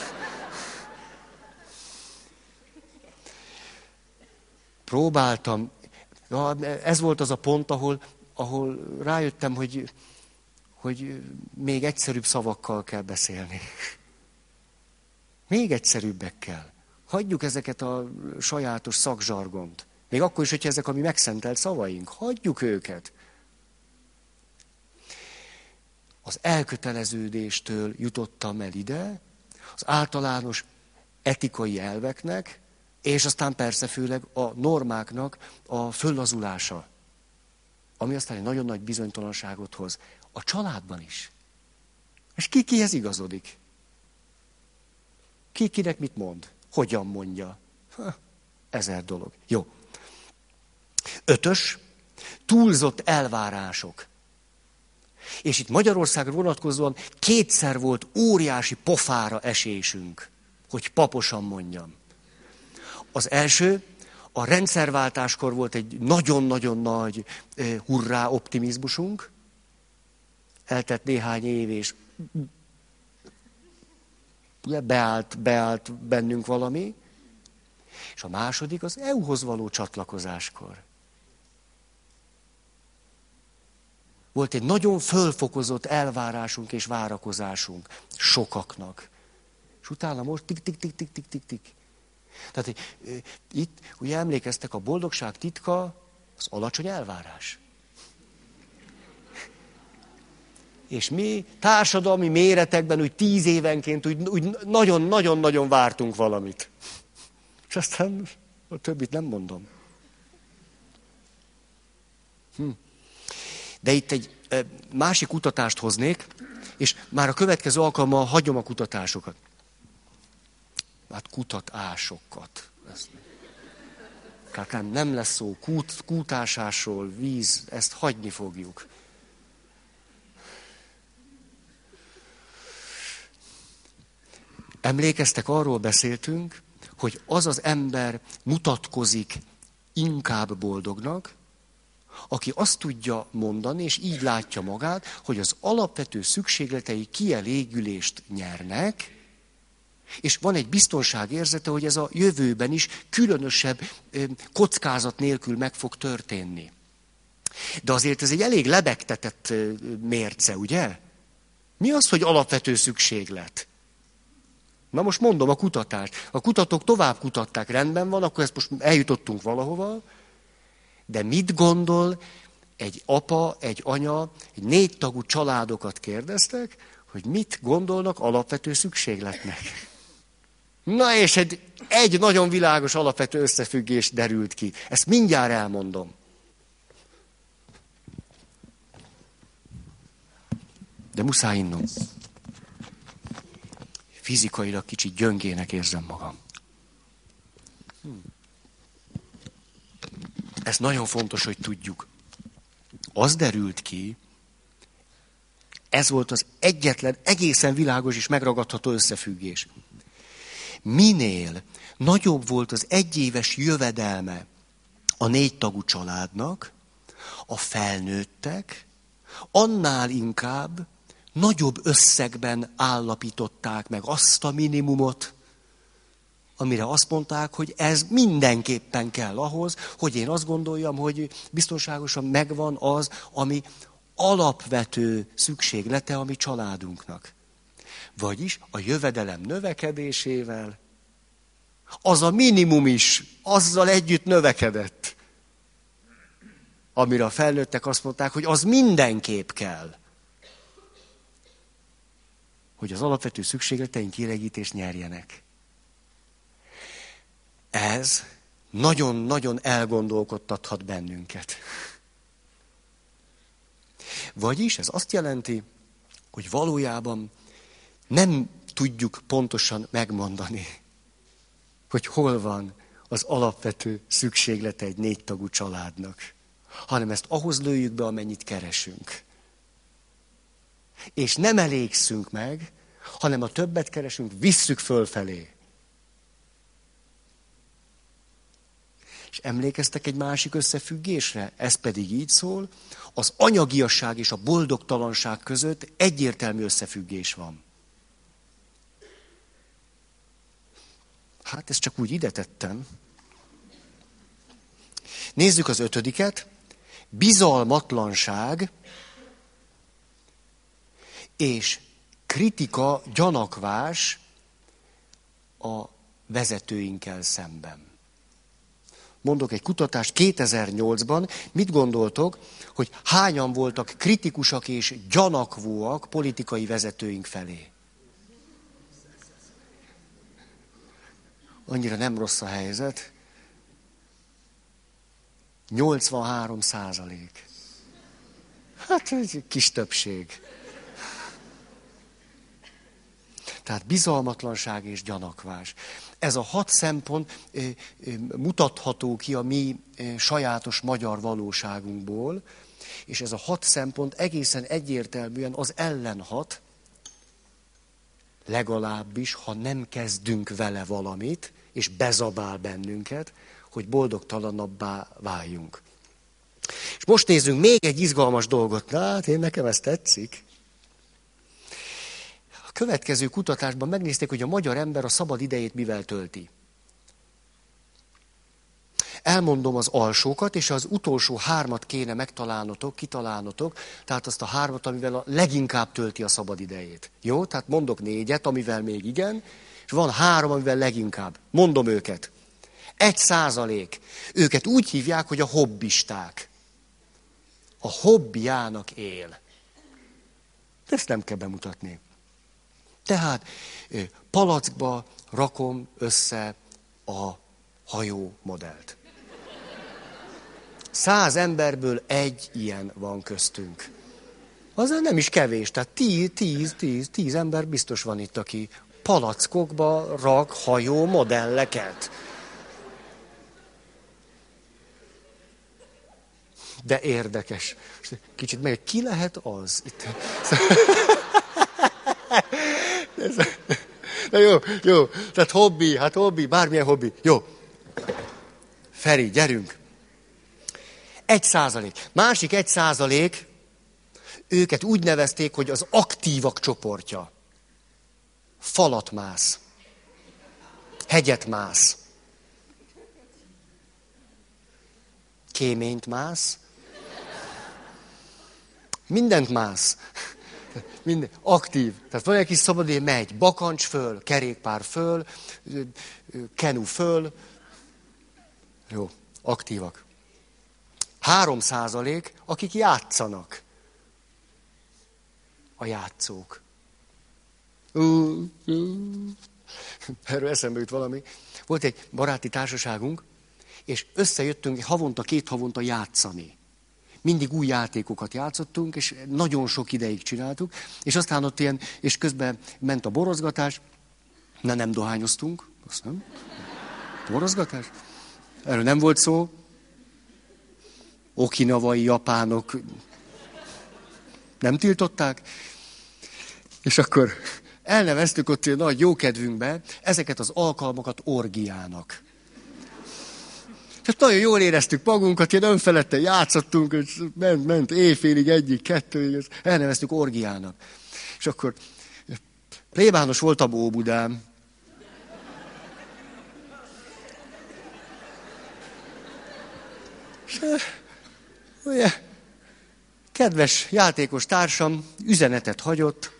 Próbáltam, ez volt az a pont, ahol, ahol rájöttem, hogy, hogy még egyszerűbb szavakkal kell beszélni. Még egyszerűbbekkel. Hagyjuk ezeket a sajátos szakzsargont. Még akkor is, hogyha ezek a mi megszentelt szavaink. Hagyjuk őket. Az elköteleződéstől jutottam el ide, az általános etikai elveknek, és aztán persze főleg a normáknak a föllazulása, ami aztán egy nagyon nagy bizonytalanságot hoz. A családban is. És ki kihez igazodik? Ki kinek mit mond? Hogyan mondja? Ha, ezer dolog. Jó. Ötös, túlzott elvárások. És itt Magyarországra vonatkozóan kétszer volt óriási pofára esésünk, hogy paposan mondjam. Az első, a rendszerváltáskor volt egy nagyon-nagyon nagy eh, hurrá optimizmusunk. Eltett néhány év, és beállt, beállt bennünk valami. És a második az é u-hoz való csatlakozáskor. Volt egy nagyon fölfokozott elvárásunk és várakozásunk sokaknak. És utána most tik-tik-tik-tik-tik-tik-tik. Tehát itt, ugye emlékeztek, a boldogság titka az alacsony elvárás. És mi társadalmi méretekben úgy tíz évenként úgy, úgy nagyon-nagyon-nagyon vártunk valamit. És aztán a többit nem mondom. Hm. De itt egy másik kutatást hoznék, és már a következő alkalommal hagyom a kutatásokat. Hát kutatásokat. Tehát nem, nem lesz szó kút, kútásásról, víz, ezt hagyni fogjuk. Emlékeztek, arról beszéltünk, hogy az az ember mutatkozik inkább boldognak, aki azt tudja mondani, és így látja magát, hogy az alapvető szükségletei kielégülést nyernek, és van egy biztonságérzete, hogy ez a jövőben is különösebb kockázat nélkül meg fog történni. De azért ez egy elég lebegtetett mérce, ugye? Mi az, hogy alapvető szükséglet? Na most mondom a kutatást. A kutatók tovább kutatták, rendben van, akkor ezt most eljutottunk valahova, de mit gondol egy apa, egy anya, egy négy tagú családokat kérdeztek, hogy mit gondolnak alapvető szükségletnek. Na és egy, egy nagyon világos alapvető összefüggés derült ki. Ezt mindjárt elmondom. De muszáj innom. Fizikailag kicsit gyöngének érzem magam. Ez nagyon fontos, hogy tudjuk. Az derült ki, ez volt az egyetlen, egészen világos és megragadható összefüggés. Minél nagyobb volt az egyéves jövedelme a négy tagú családnak, a felnőttek, annál inkább nagyobb összegben állapították meg azt a minimumot, amire azt mondták, hogy ez mindenképpen kell ahhoz, hogy én azt gondoljam, hogy biztonságosan megvan az, ami alapvető szükséglete a mi családunknak. Vagyis a jövedelem növekedésével Az a minimum is azzal együtt növekedett, amire a felnőttek azt mondták, hogy az mindenképp kell, hogy az alapvető szükségleteink kielégítést nyerjenek. Ez nagyon-nagyon elgondolkodtathat bennünket. Vagyis ez azt jelenti, hogy valójában nem tudjuk pontosan megmondani, hogy hol van az alapvető szükséglete egy négytagú családnak, hanem ezt ahhoz lőjük be, amennyit keresünk. És nem elégszünk meg, hanem a többet keresünk, visszük fölfelé. És emlékeztek egy másik összefüggésre? Ez pedig így szól, az anyagiasság és a boldogtalanság között egyértelmű összefüggés van. Hát ezt csak úgy ide tettem. Nézzük az ötödiket. Bizalmatlanság és kritika, gyanakvás a vezetőinkkel szemben. Mondok egy kutatást kétezer-nyolcban. Mit gondoltok, hogy hányan voltak kritikusak és gyanakvóak politikai vezetőink felé? Annyira nem rossz a helyzet. nyolcvanhárom százalék. Hát egy kis többség. Tehát bizalmatlanság és gyanakvás. Ez a hat szempont mutatható ki a mi sajátos magyar valóságunkból, és ez a hat szempont egészen egyértelműen az ellen hat, legalábbis, ha nem kezdünk vele valamit, és bezabál bennünket, hogy boldogtalanabbá váljunk. És most nézzünk még egy izgalmas dolgot. Na, hát én nekem ez tetszik. A következő kutatásban megnézték, hogy a magyar ember a szabad idejét mivel tölti. Elmondom az alsókat, és az utolsó hármat kéne megtalálnotok, kitalálnotok, tehát azt a hármat, amivel a leginkább tölti a szabad idejét. Jó? Tehát mondok négyet, amivel még igen, és van három, amivel leginkább. Mondom őket. Egy százalék. Őket úgy hívják, hogy a hobbisták. A hobbiának él. Ezt nem kell bemutatni. Tehát palackba rakom össze a hajó modellt. Száz emberből egy ilyen van köztünk. Az nem is kevés, tehát tíz, tíz, tíz, tíz ember biztos van itt, aki palackokba rak hajó modelleket. De érdekes. Kicsit meg, ki lehet az? Itt. Na jó, jó. Tehát hobbi, hát hobbi, bármilyen hobbi. Jó. Feri, gyerünk. Egy százalék. Másik egy százalék, őket úgy nevezték, hogy az aktívak csoportja. Falat mász. Hegyet mász. Kéményt mász. Mindent mász. Minden, aktív. Tehát van egy kis szabadé, megy. Bakancs föl, kerékpár föl, kenu föl. Jó, aktívak. Három százalék, akik játszanak. A játszók. Uh, uh. Erről eszembe jut valami. Volt egy baráti társaságunk, és összejöttünk havonta, két havonta játszani. Mindig új játékokat játszottunk, és nagyon sok ideig csináltuk, és aztán ott ilyen, és közben ment a borozgatás, na nem dohányoztunk, azt nem. Borozgatás? Erről nem volt szó. Okinawai japánok nem tiltották. És akkor elneveztük ott ilyen nagy jókedvünkbe ezeket az alkalmakat orgiának. Tehát nagyon jól éreztük magunkat, ilyen önfeledten játszottunk, és ment, ment éjfélig, egyik, kettőig, és elneveztük orgiának. És akkor plébános voltam Óbudán. És ugye, kedves játékos társam üzenetet hagyott.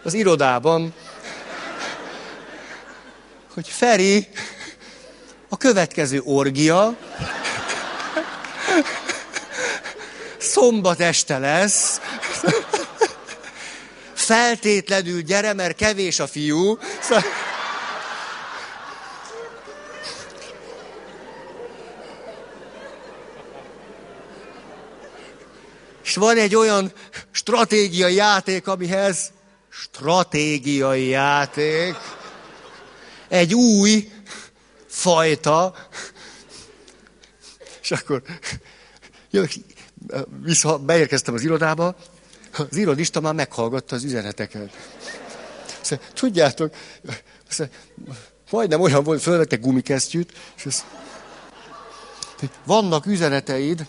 az irodában, hogy Feri, a következő orgia szombat este lesz, feltétlenül gyere, mert kevés a fiú. És van egy olyan stratégiai játék, amihez stratégiai játék, egy új fajta, és akkor jövök, vissza, beérkeztem az irodába, az irodista már meghallgatta az üzeneteket. Azt, tudjátok, azt, majdnem olyan volt, fölvettek gumikesztyűt, és azt, vannak üzeneteid,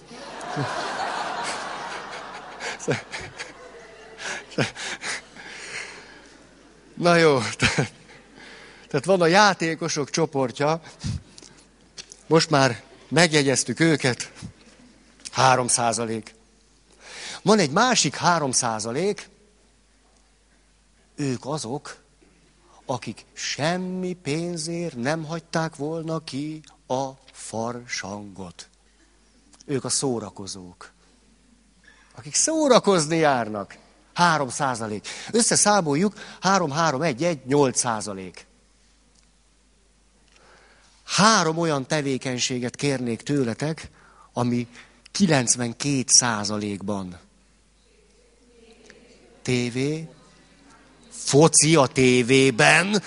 na jó, tehát van a játékosok csoportja, most már megjegyeztük őket, három százalék. Van egy másik három százalék, ők azok, akik semmi pénzért nem hagyták volna ki a farsangot. Ők a szórakozók, akik szórakozni járnak. Három százalék. Összeszámoljuk, három, három, egy, egy, nyolc százalék. Három olyan tevékenységet kérnék tőletek, ami kilencvenkét százalékban. Tévé, foci a tévében.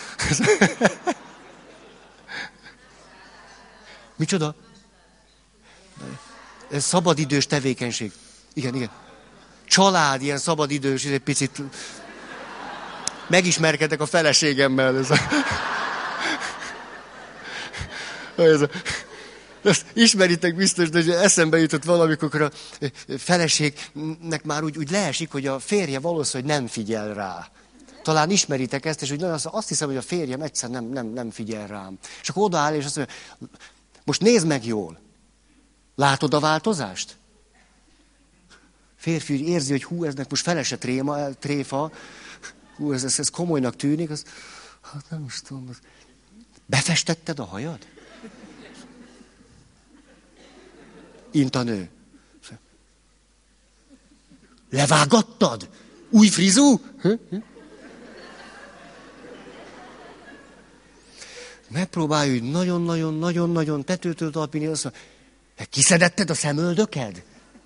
Micsoda? Ez szabadidős tevékenység. Igen, igen. Család, ilyen szabadidős, egy picit megismerkedek a feleségemmel. Ez a... Ez a... Ezt ismeritek biztos, de eszembe jutott valamikor a feleségnek már úgy, úgy leesik, hogy a férje valószínűleg nem figyel rá. Talán ismeritek ezt, és úgy azt hiszem, hogy a férjem egyszer nem, nem, nem figyel rám. És akkor odaáll, és azt mondja, most nézd meg jól. Látod a változást? Férfi érzi, hogy hú, eznek most fele se tréma, tréfa, hú, ez, ez, ez komolynak tűnik, az, hát nem is tudom. Befestetted a hajad? Int a nő. Levágattad? Új frizú? Megpróbálj úgy nagyon-nagyon-nagyon-nagyon tetőtől talpini, azt mondja, kiszedetted a szemöldöked?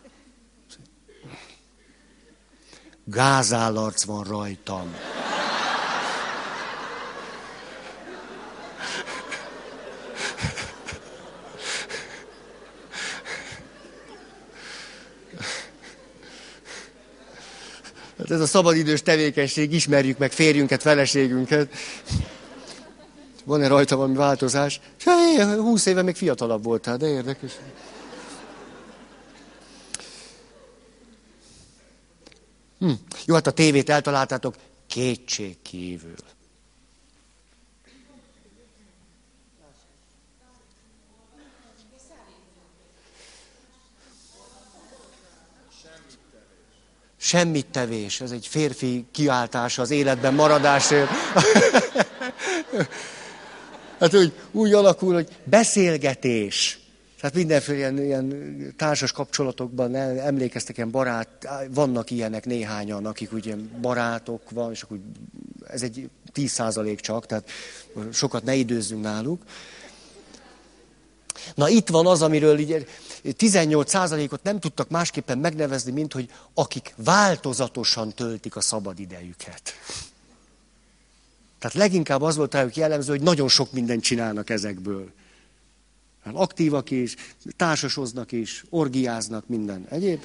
Gázállarc van rajtam. Hát ez a szabadidős tevékenység, ismerjük meg férjünket, feleségünket. Van-e rajta valami változás? Húsz éve még fiatalabb voltál, de érdekes. Hm. Jó, hát a tévét eltaláltátok, kétség kívül. Semmit tevés. Ez egy férfi kiáltása az életben maradásért. Hát úgy, úgy alakul, hogy beszélgetés. Tehát mindenféle ilyen, ilyen társas kapcsolatokban emlékeztek, ilyen barát, vannak ilyenek néhányan, akik ugye barátok van, és akkor ez egy tíz százalék csak, tehát sokat ne időzzünk náluk. Na itt van az, amiről így tizennyolc százalékot nem tudtak másképpen megnevezni, mint hogy akik változatosan töltik a szabadidejüket. Tehát leginkább az volt rájuk jellemző, hogy nagyon sok mindent csinálnak ezekből. Aktívak is, társasoznak is, orgiáznak, minden egyéb.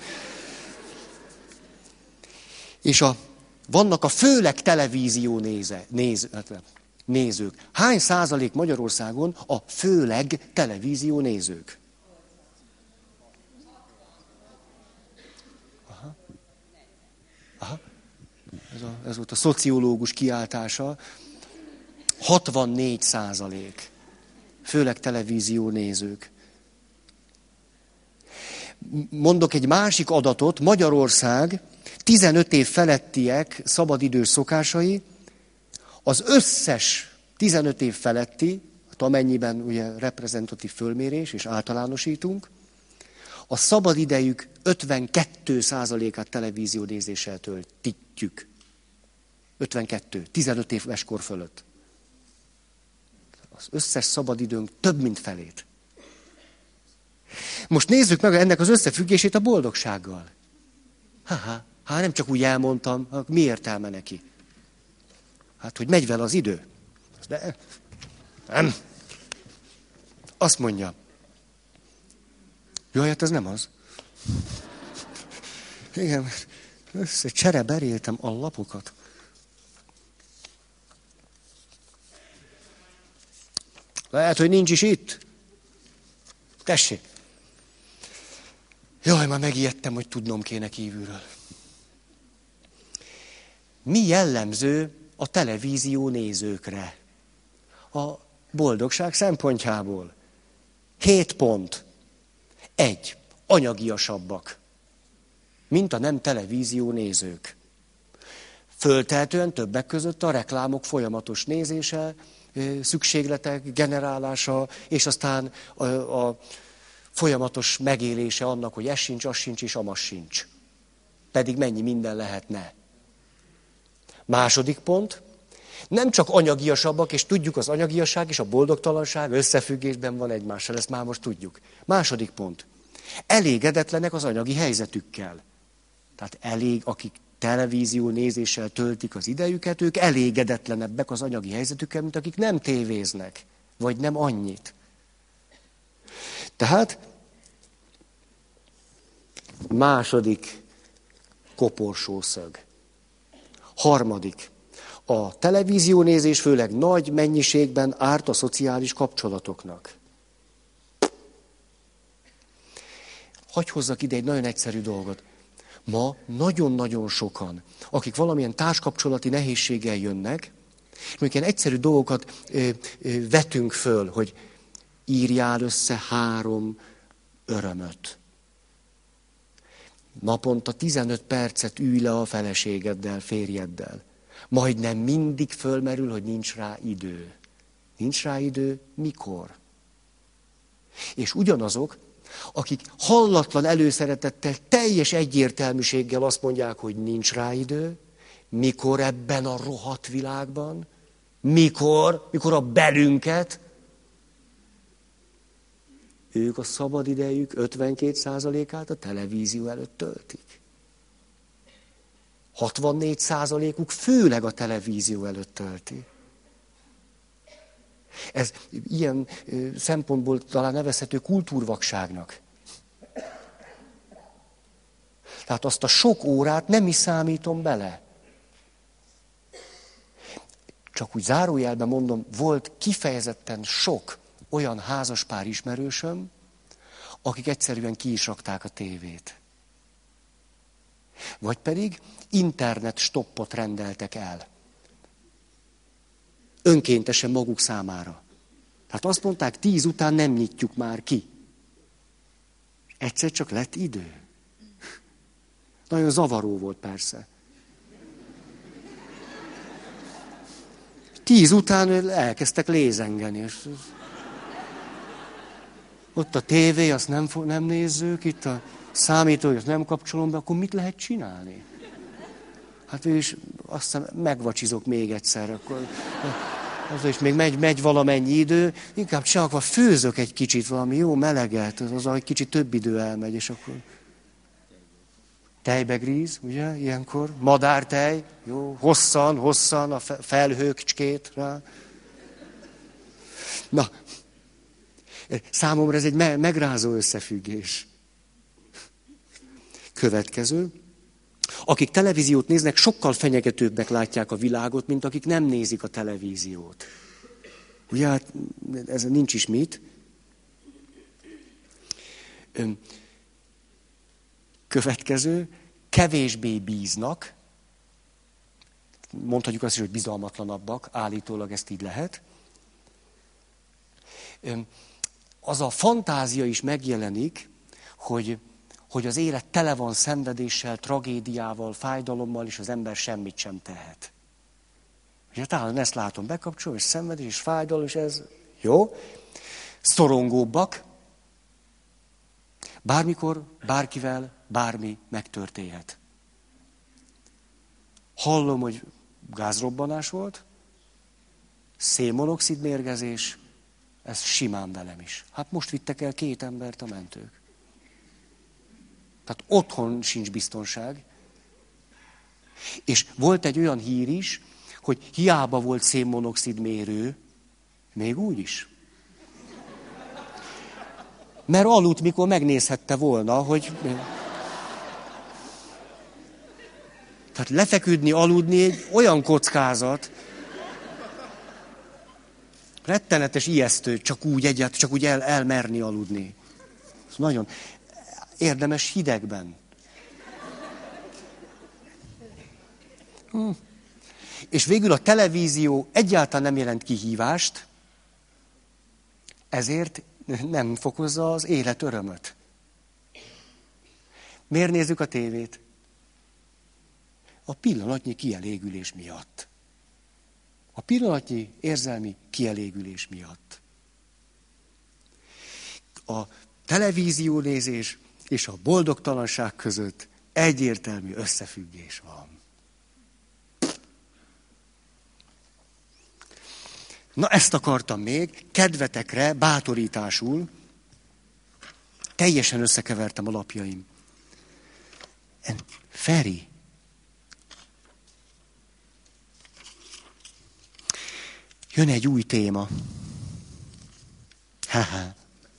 És a, vannak a főleg televízió néze, néz, nézők. Hány százalék Magyarországon a főleg televízió nézők? Aha. Aha. Ez, a, ez volt a szociológus kiáltása. hatvannégy százalék. Főleg televízió nézők. Mondok egy másik adatot, Magyarország tizenöt év felettiek szabadidős szokásai, az összes tizenöt év feletti, hát amennyiben ugye reprezentatív fölmérés és általánosítunk, a szabadidejük ötvenkettő százalékát televíziónézéssel töltjük. ötvenkettő, tizenöt éves kor fölött. Az összes szabadidőnk több, mint felét. Most nézzük meg ennek az összefüggését a boldogsággal. Ha-ha, hát nem csak úgy elmondtam, mi értelme neki? Hát, hogy megy vele az idő. De nem. Azt mondja. Jaj, hát ez nem az. Igen, össze csereberéltem a lapokat. Lehet, hogy nincs is itt. Tessék. Jaj, már megijedtem, hogy tudnom kéne kívülről. Mi jellemző a televízió nézőkre? A boldogság szempontjából. Hét pont. Egy. Anyagiasabbak, mint a nem televízió nézők. Föltehetően többek között a reklámok folyamatos nézése, szükségletek generálása, és aztán a, a folyamatos megélése annak, hogy ez sincs, az sincs, és amaz sincs. Pedig mennyi minden lehetne. Második pont, nem csak anyagiasabbak, és tudjuk, az anyagiasság és a boldogtalanság összefüggésben van egymással, ezt már most tudjuk. Második pont, elégedetlenek az anyagi helyzetükkel. Tehát elég, akik televízió nézéssel töltik az idejüket, ők elégedetlenebbek az anyagi helyzetükkel, mint akik nem tévéznek, vagy nem annyit. Tehát második koporsószög. Harmadik. A televíziónézés főleg nagy mennyiségben árt a szociális kapcsolatoknak. Hagy hozzak ide egy nagyon egyszerű dolgot. Ma nagyon-nagyon sokan, akik valamilyen társkapcsolati nehézséggel jönnek, és mondjuk ilyen egyszerű dolgokat ö, ö, vetünk föl, hogy írjál össze három örömöt. Naponta tizenöt percet ülj le a feleségeddel, férjeddel. Majdnem mindig fölmerül, hogy nincs rá idő. Nincs rá idő, mikor? És ugyanazok, akik hallatlan előszeretettel, teljes egyértelműséggel azt mondják, hogy nincs rá idő, mikor ebben a rohadt világban, mikor, mikor a belünket, ők a szabadidejük ötvenkét százalékát a televízió előtt töltik. hatvannégy százalékuk főleg a televízió előtt tölti. Ez ilyen szempontból talán nevezhető kultúrvakságnak. Tehát azt a sok órát nem is számítom bele. Csak úgy zárójelben mondom, volt kifejezetten sok olyan házaspár ismerősöm, akik egyszerűen ki is rakták a tévét. Vagy pedig internet stoppot rendeltek el. Önkéntesen maguk számára. Tehát azt mondták, tíz után nem nyitjuk már ki. Egyszer csak lett idő. Nagyon zavaró volt persze. Tíz után elkezdtek lézengeni. És ott a tévé, azt nem, nem nézzük, itt a számító, azt nem kapcsolom be, akkor mit lehet csinálni? Hát ő is aztán megvacsizok még egyszer, akkor az is még megy, megy valamennyi idő, inkább csak főzök egy kicsit valami jó meleget, az, az egy kicsit több idő elmegy, és akkor tejbegríz, ugye, ilyenkor, madártej, jó, hosszan, hosszan, a felhőkcskét rá. Na, számomra ez egy me- megrázó összefüggés. Következő. Akik televíziót néznek, sokkal fenyegetőbbnek látják a világot, mint akik nem nézik a televíziót. Ugye, hát ez nincs is mit. Következő. Kevésbé bíznak. Mondhatjuk azt is, hogy bizalmatlanabbak. Állítólag ezt így lehet. Az a fantázia is megjelenik, hogy hogy az élet tele van szenvedéssel, tragédiával, fájdalommal, és az ember semmit sem tehet. És talán ezt látom, bekapcsol, és szenvedés, és fájdalom, és ez jó. Szorongóbbak. Bármikor, bárkivel, bármi megtörténhet. Hallom, hogy gázrobbanás volt, szénmonoxid mérgezés, ez simán velem is. Hát most vittek el két embert a mentők. Tehát otthon sincs biztonság. És volt egy olyan hír is, hogy hiába volt szénmonoxid mérő, még úgy is. Mert aludt, mikor megnézhette volna, hogy... Tehát lefeküdni, aludni egy olyan kockázat, rettenetes, ijesztő, csak úgy egyet, csak úgy el, elmerni aludni. Ez nagyon érdemes hidegben. Hm. És végül a televízió egyáltalán nem jelent kihívást, ezért nem fokozza az élet örömöt. Miért nézzük a tévét? A pillanatnyi kielégülés miatt. A pillanatnyi érzelmi kielégülés miatt. A televíziónézés és a boldogtalanság között egyértelmű összefüggés van. Na, ezt akartam még, kedvetekre, bátorításul. Teljesen összekevertem a lapjaim. Feri. Jön egy új téma. Ha-ha.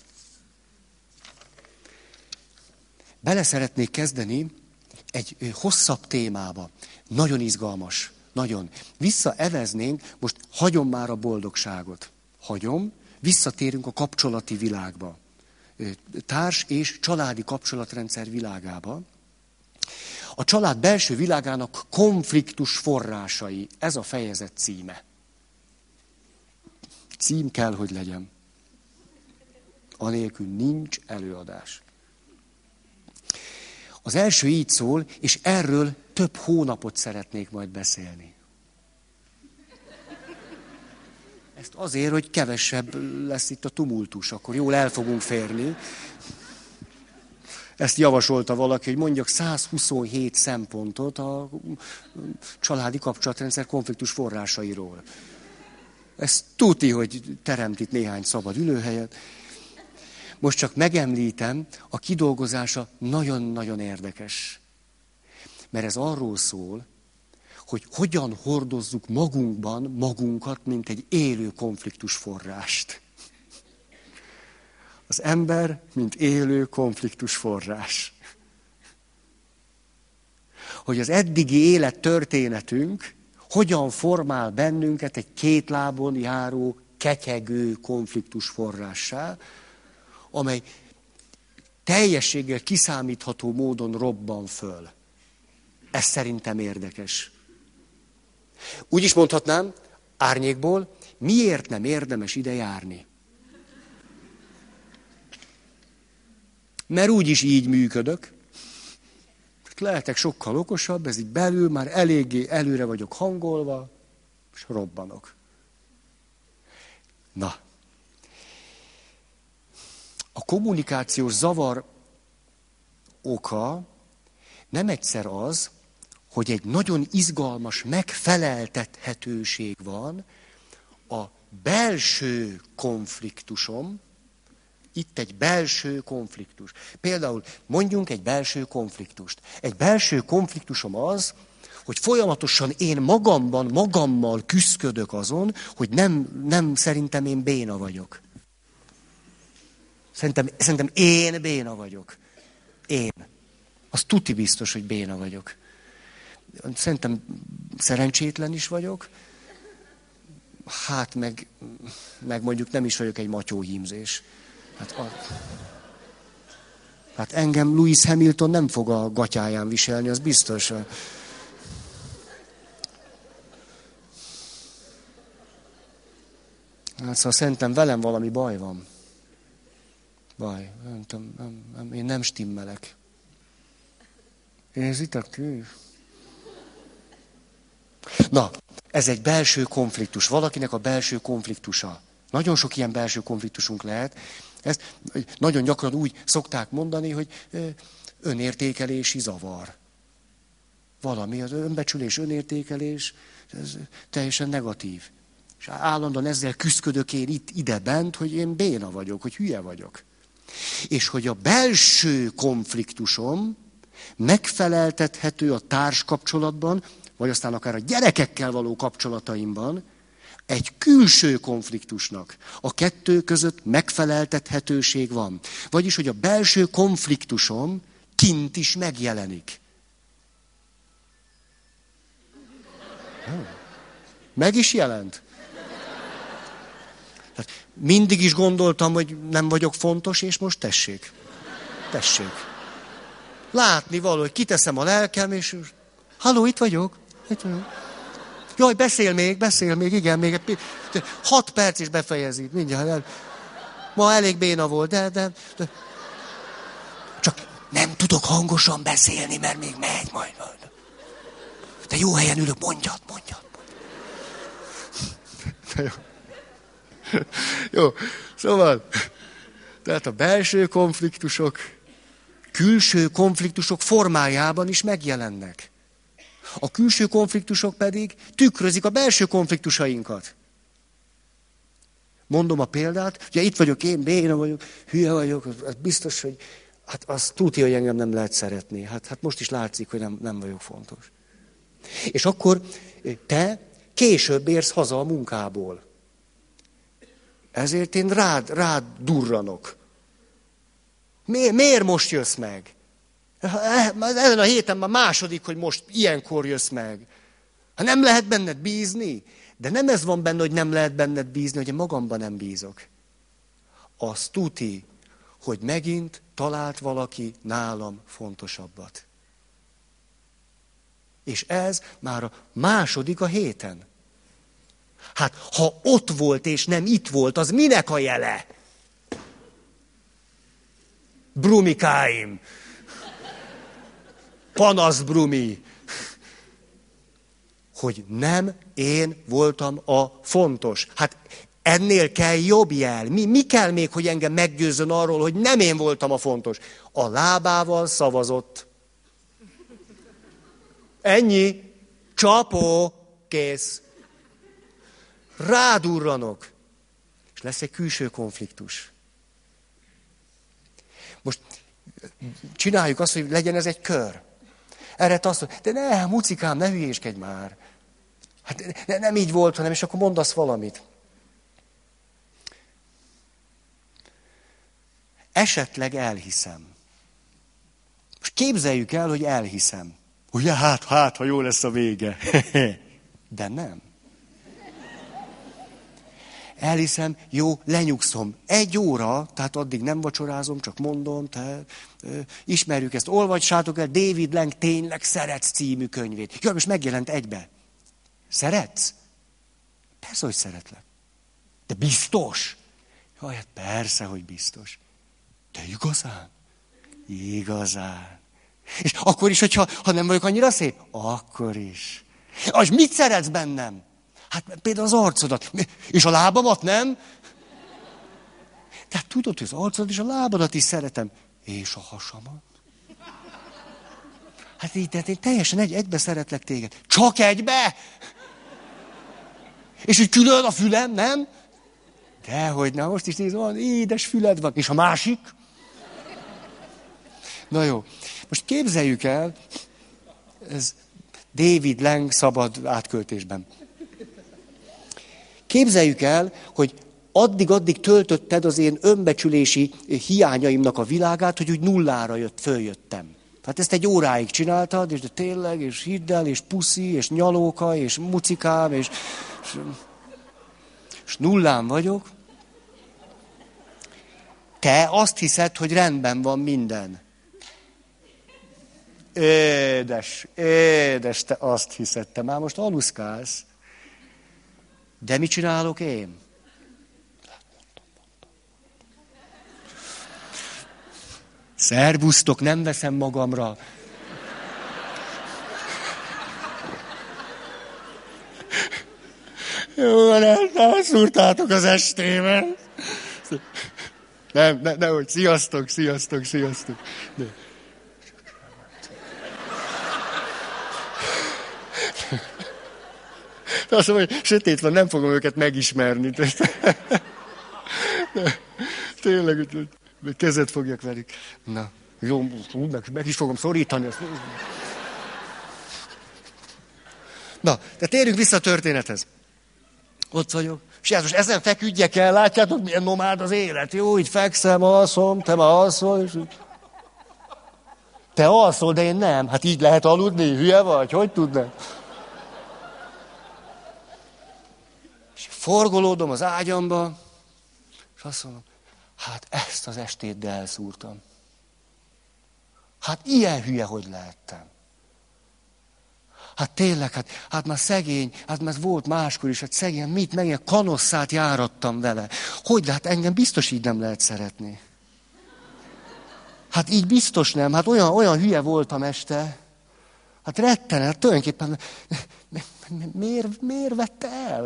Bele szeretnék kezdeni egy hosszabb témába. Nagyon izgalmas. Nagyon. Visszaeveznénk, most hagyom már a boldogságot. Hagyom, visszatérünk a kapcsolati világba. Társ és családi kapcsolatrendszer világába. A család belső világának konfliktus forrásai. Ez a fejezet címe. Cím kell, hogy legyen. Anélkül nincs előadás. Az első így szól, és erről több hónapot szeretnék majd beszélni. Ezt azért, hogy kevesebb lesz itt a tumultus, akkor jól el fogunk férni. Ezt javasolta valaki, hogy mondjak száz huszonhét szempontot a családi kapcsolatrendszer konfliktus forrásairól. Ez tuti, hogy teremt itt néhány szabad ülőhelyet. Most csak megemlítem, a kidolgozása nagyon-nagyon érdekes. Mert ez arról szól, hogy hogyan hordozzuk magunkban magunkat, mint egy élő konfliktus forrást. Az ember, mint élő konfliktus forrás. Hogy az eddigi élet történetünk hogyan formál bennünket egy két lábon járó, ketyegő konfliktus forrássá, amely teljességgel kiszámítható módon robban föl. Ez szerintem érdekes. Úgy is mondhatnám, árnyékból, miért nem érdemes ide járni? Mert úgyis így működök. Lehetek sokkal okosabb, ez így belül már eléggé előre vagyok hangolva, és robbanok. Na. A kommunikációs zavar oka nem egyszer az, hogy egy nagyon izgalmas megfeleltethetőség van a belső konfliktusom, itt egy belső konfliktus. Például mondjunk egy belső konfliktust. Egy belső konfliktusom az, hogy folyamatosan én magamban, magammal küszködök azon, hogy nem, nem szerintem én béna vagyok. Szerintem, szerintem én béna vagyok. Én. Az tuti biztos, hogy béna vagyok. Szerintem szerencsétlen is vagyok. Hát meg, meg mondjuk nem is vagyok egy matyóhímzés. Hát, a... hát engem Lewis Hamilton nem fog a gatyáján viselni, az biztos. Hát szóval szerintem velem valami baj van. Baj. Nem, nem, nem, én nem stimmelek. Érzitek ki? Na, ez egy belső konfliktus. Valakinek a belső konfliktusa. Nagyon sok ilyen belső konfliktusunk lehet. Ezt nagyon gyakran úgy szokták mondani, hogy önértékelési zavar. Valami, az önbecsülés, önértékelés, ez teljesen negatív. És állandóan ezzel küszködök én itt ide bent, hogy én béna vagyok, hogy hülye vagyok. És hogy a belső konfliktusom megfeleltethető a társkapcsolatban, vagy aztán akár a gyerekekkel való kapcsolataimban, egy külső konfliktusnak. A kettő között megfeleltethetőség van. Vagyis, hogy a belső konfliktusom kint is megjelenik. Meg is jelent. Tehát mindig is gondoltam, hogy nem vagyok fontos, és most tessék. Tessék. Látni valahogy kiteszem a lelkem, és... Halló, itt vagyok. Itt vagyok. Jaj, beszél még, beszél még, igen, még egy... Hat perc is befejezi, mindjárt. Ma elég béna volt, de, de, de... Csak nem tudok hangosan beszélni, mert még megy majd. De jó helyen ülök, mondjad, mondjad. Jó. Jó, szóval, tehát a belső konfliktusok, külső konfliktusok formájában is megjelennek. A külső konfliktusok pedig tükrözik a belső konfliktusainkat. Mondom a példát, ugye itt vagyok én, béna vagyok, hülye vagyok, az biztos, hogy hát azt tudja, hogy engem nem lehet szeretni. Hát, hát most is látszik, hogy nem, nem vagyok fontos. És akkor te később érsz haza a munkából. Ezért én rád, rád durranok. Miért, miért most jössz meg? Ezen a héten már második, hogy most ilyenkor jössz meg. Hát nem lehet benned bízni. De nem ez van benne, hogy nem lehet benned bízni, hogy én magamban nem bízok. Azt tuti, hogy megint talált valaki nálam fontosabbat. És ez már a második a héten. Hát, ha ott volt és nem itt volt, az minek a jele? Brumikáim. Panasz brumi. Hogy nem én voltam a fontos. Hát ennél kell jobb jel. Mi, mi kell még, hogy engem meggyőzzön arról, hogy nem én voltam a fontos? A lábával szavazott. Ennyi. Csapó. Kész. Rádurranok. És lesz egy külső konfliktus. Most csináljuk azt, hogy legyen ez egy kör. Erre azt mondja, de ne, mucikám, ne hülyéskedj már. Hát ne, nem így volt, hanem, és akkor mondasz valamit. Esetleg elhiszem. Most képzeljük el, hogy elhiszem. Ugye, hát, hát, ha jó lesz a vége. De nem. Elhiszem, jó, lenyugszom. Egy óra, tehát addig nem vacsorázom, csak mondom, te, ö, ismerjük ezt, olvassátok el David Lang Tényleg szeretsz című könyvét. Jó, most megjelent egybe. Szeretsz? Persze, hogy szeretlek. De biztos? Jaj, hát persze, hogy biztos. De igazán? Igazán. És akkor is, hogyha ha nem vagyok annyira szép? Akkor is. És mit szeretsz bennem? Hát például az arcodat. És a lábamat nem? Tehát tudod, hogy az arcodat és a lábadat is szeretem. És a hasamat? Hát így, tehát én teljesen egy, egybe szeretlek téged. Csak egybe? És hogy külön a fülem, nem? Dehogy, na most is nézd, van, édes füled van. És a másik? Na jó. Most képzeljük el, ez David Lang szabad átköltésben. Képzeljük el, hogy addig-addig töltötted az én önbecsülési hiányaimnak a világát, hogy úgy nullára jött, följöttem. Hát ezt egy óráig csináltad, és de tényleg, és hidd el, és puszi, és nyalóka, és mucikám, és, és, és nullán vagyok. Te azt hiszed, hogy rendben van minden. Édes, édes, te azt hiszed, te már most aluszkálsz. De mit csinálok én? Szervusztok, nem veszem magamra. Jó, elszúrtátok az estémen. Nem, nem, nem, hogy sziasztok, sziasztok, sziasztok. De. De azt mondom, hogy sötét van, nem fogom őket megismerni. De. Tényleg, kezet fogjak velük. Na, jó, meg, meg is fogom szorítani. Azt. Na, de térjünk vissza a történethez. Ott vagyok. És most ezen feküdjek el, látjátok, milyen nomád az élet. Jó, így fekszem, alszom, te már alszol. És... Te alszol, de én nem. Hát így lehet aludni? Hülye vagy? Hogy tudnám? És forgolódom az ágyamba, és azt mondom, hát ezt az estét de elszúrtam. Hát ilyen hülye, hogy lehettem. Hát tényleg, hát, hát már szegény, hát már volt máskor is, hát szegény, mit, meg ilyen kanosszát járattam vele. Hogy lehet, engem biztos így nem lehet szeretni. Hát így biztos nem, hát olyan, olyan hülye voltam este. Hát rettenet, hát tulajdonképpen miért, miért vette el?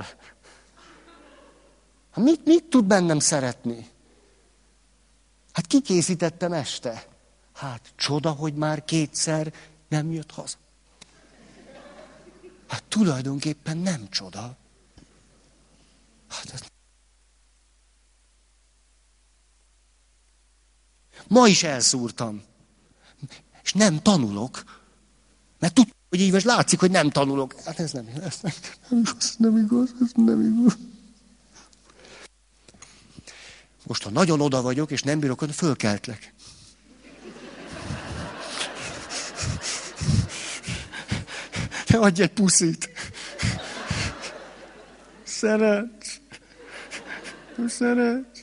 Hát mit, mit tud bennem szeretni? Hát kikészítettem este. Hát csoda, hogy már kétszer nem jött haza. Hát tulajdonképpen nem csoda. Hát ez... Ma is elszúrtam. És nem tanulok. Mert tudtam, hogy így most látszik, hogy nem tanulok. Hát ez nem, ez nem, nem igaz, nem igaz, ez nem igaz. Most, ha nagyon oda vagyok, és nem bírok, akkor fölkeltlek. Ne adj egy puszit. Szeretsz. Szeretsz.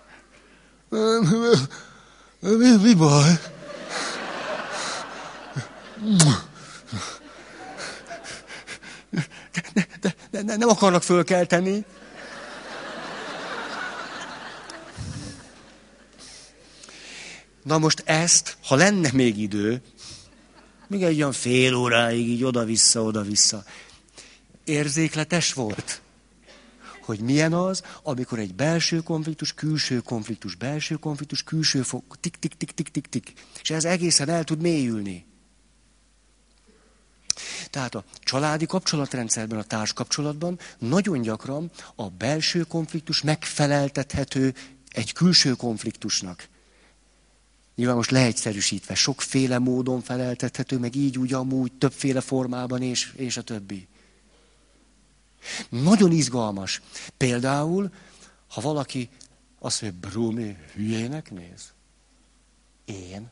Mi, mi baj? De, de, de, de nem akarnak fölkelteni. Na most ezt, ha lenne még idő, még egy olyan fél óráig így oda-vissza, oda-vissza. Érzékletes volt, hogy milyen az, amikor egy belső konfliktus, külső konfliktus, belső konfliktus, külső fok, tik, tik, tik, tik, tik, tik. És ez egészen el tud mélyülni. Tehát a családi kapcsolatrendszerben, a társkapcsolatban nagyon gyakran a belső konfliktus megfeleltethető egy külső konfliktusnak. Nyilván most leegyszerűsítve, sokféle módon feleltethető, meg így, úgy, amúgy, többféle formában, és, és a többi. Nagyon izgalmas. Például, ha valaki azt mondja, Brumi, hülyének néz? Én?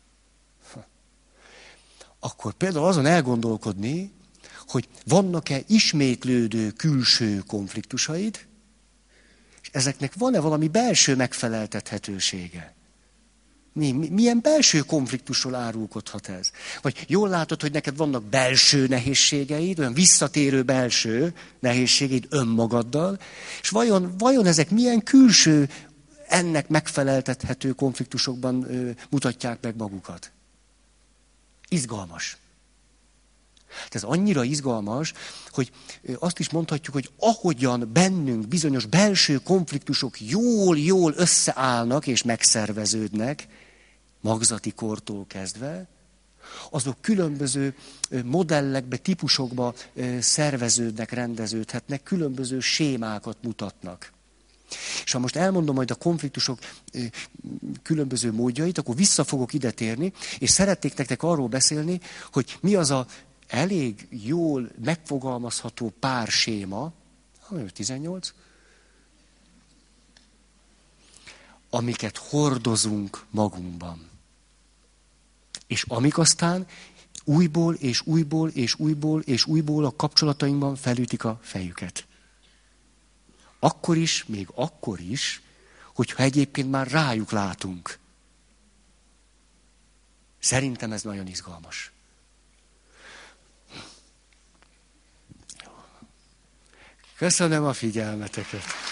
Akkor például azon elgondolkodni, hogy vannak-e ismétlődő külső konfliktusaid, és ezeknek van-e valami belső megfeleltethetősége? Mi, mi, milyen belső konfliktusról árulkodhat ez? Vagy jól látod, hogy neked vannak belső nehézségeid, olyan visszatérő belső nehézségeid önmagaddal, és vajon, vajon ezek milyen külső, ennek megfeleltethető konfliktusokban ö, mutatják meg magukat? Izgalmas. Ez annyira izgalmas, hogy azt is mondhatjuk, hogy ahogyan bennünk bizonyos belső konfliktusok jól-jól összeállnak és megszerveződnek, magzati kortól kezdve, azok különböző modellekbe, típusokba szerveződnek, rendeződhetnek, különböző sémákat mutatnak. És ha most elmondom majd a konfliktusok különböző módjait, akkor vissza fogok ide térni, és szeretnék nektek arról beszélni, hogy mi az a elég jól megfogalmazható párséma, tizennyolc, amiket hordozunk magunkban. És amik aztán újból és újból és újból és újból a kapcsolatainkban felütik a fejüket. Akkor is, még akkor is, hogyha egyébként már rájuk látunk. Szerintem ez nagyon izgalmas. Köszönöm a figyelmeteket.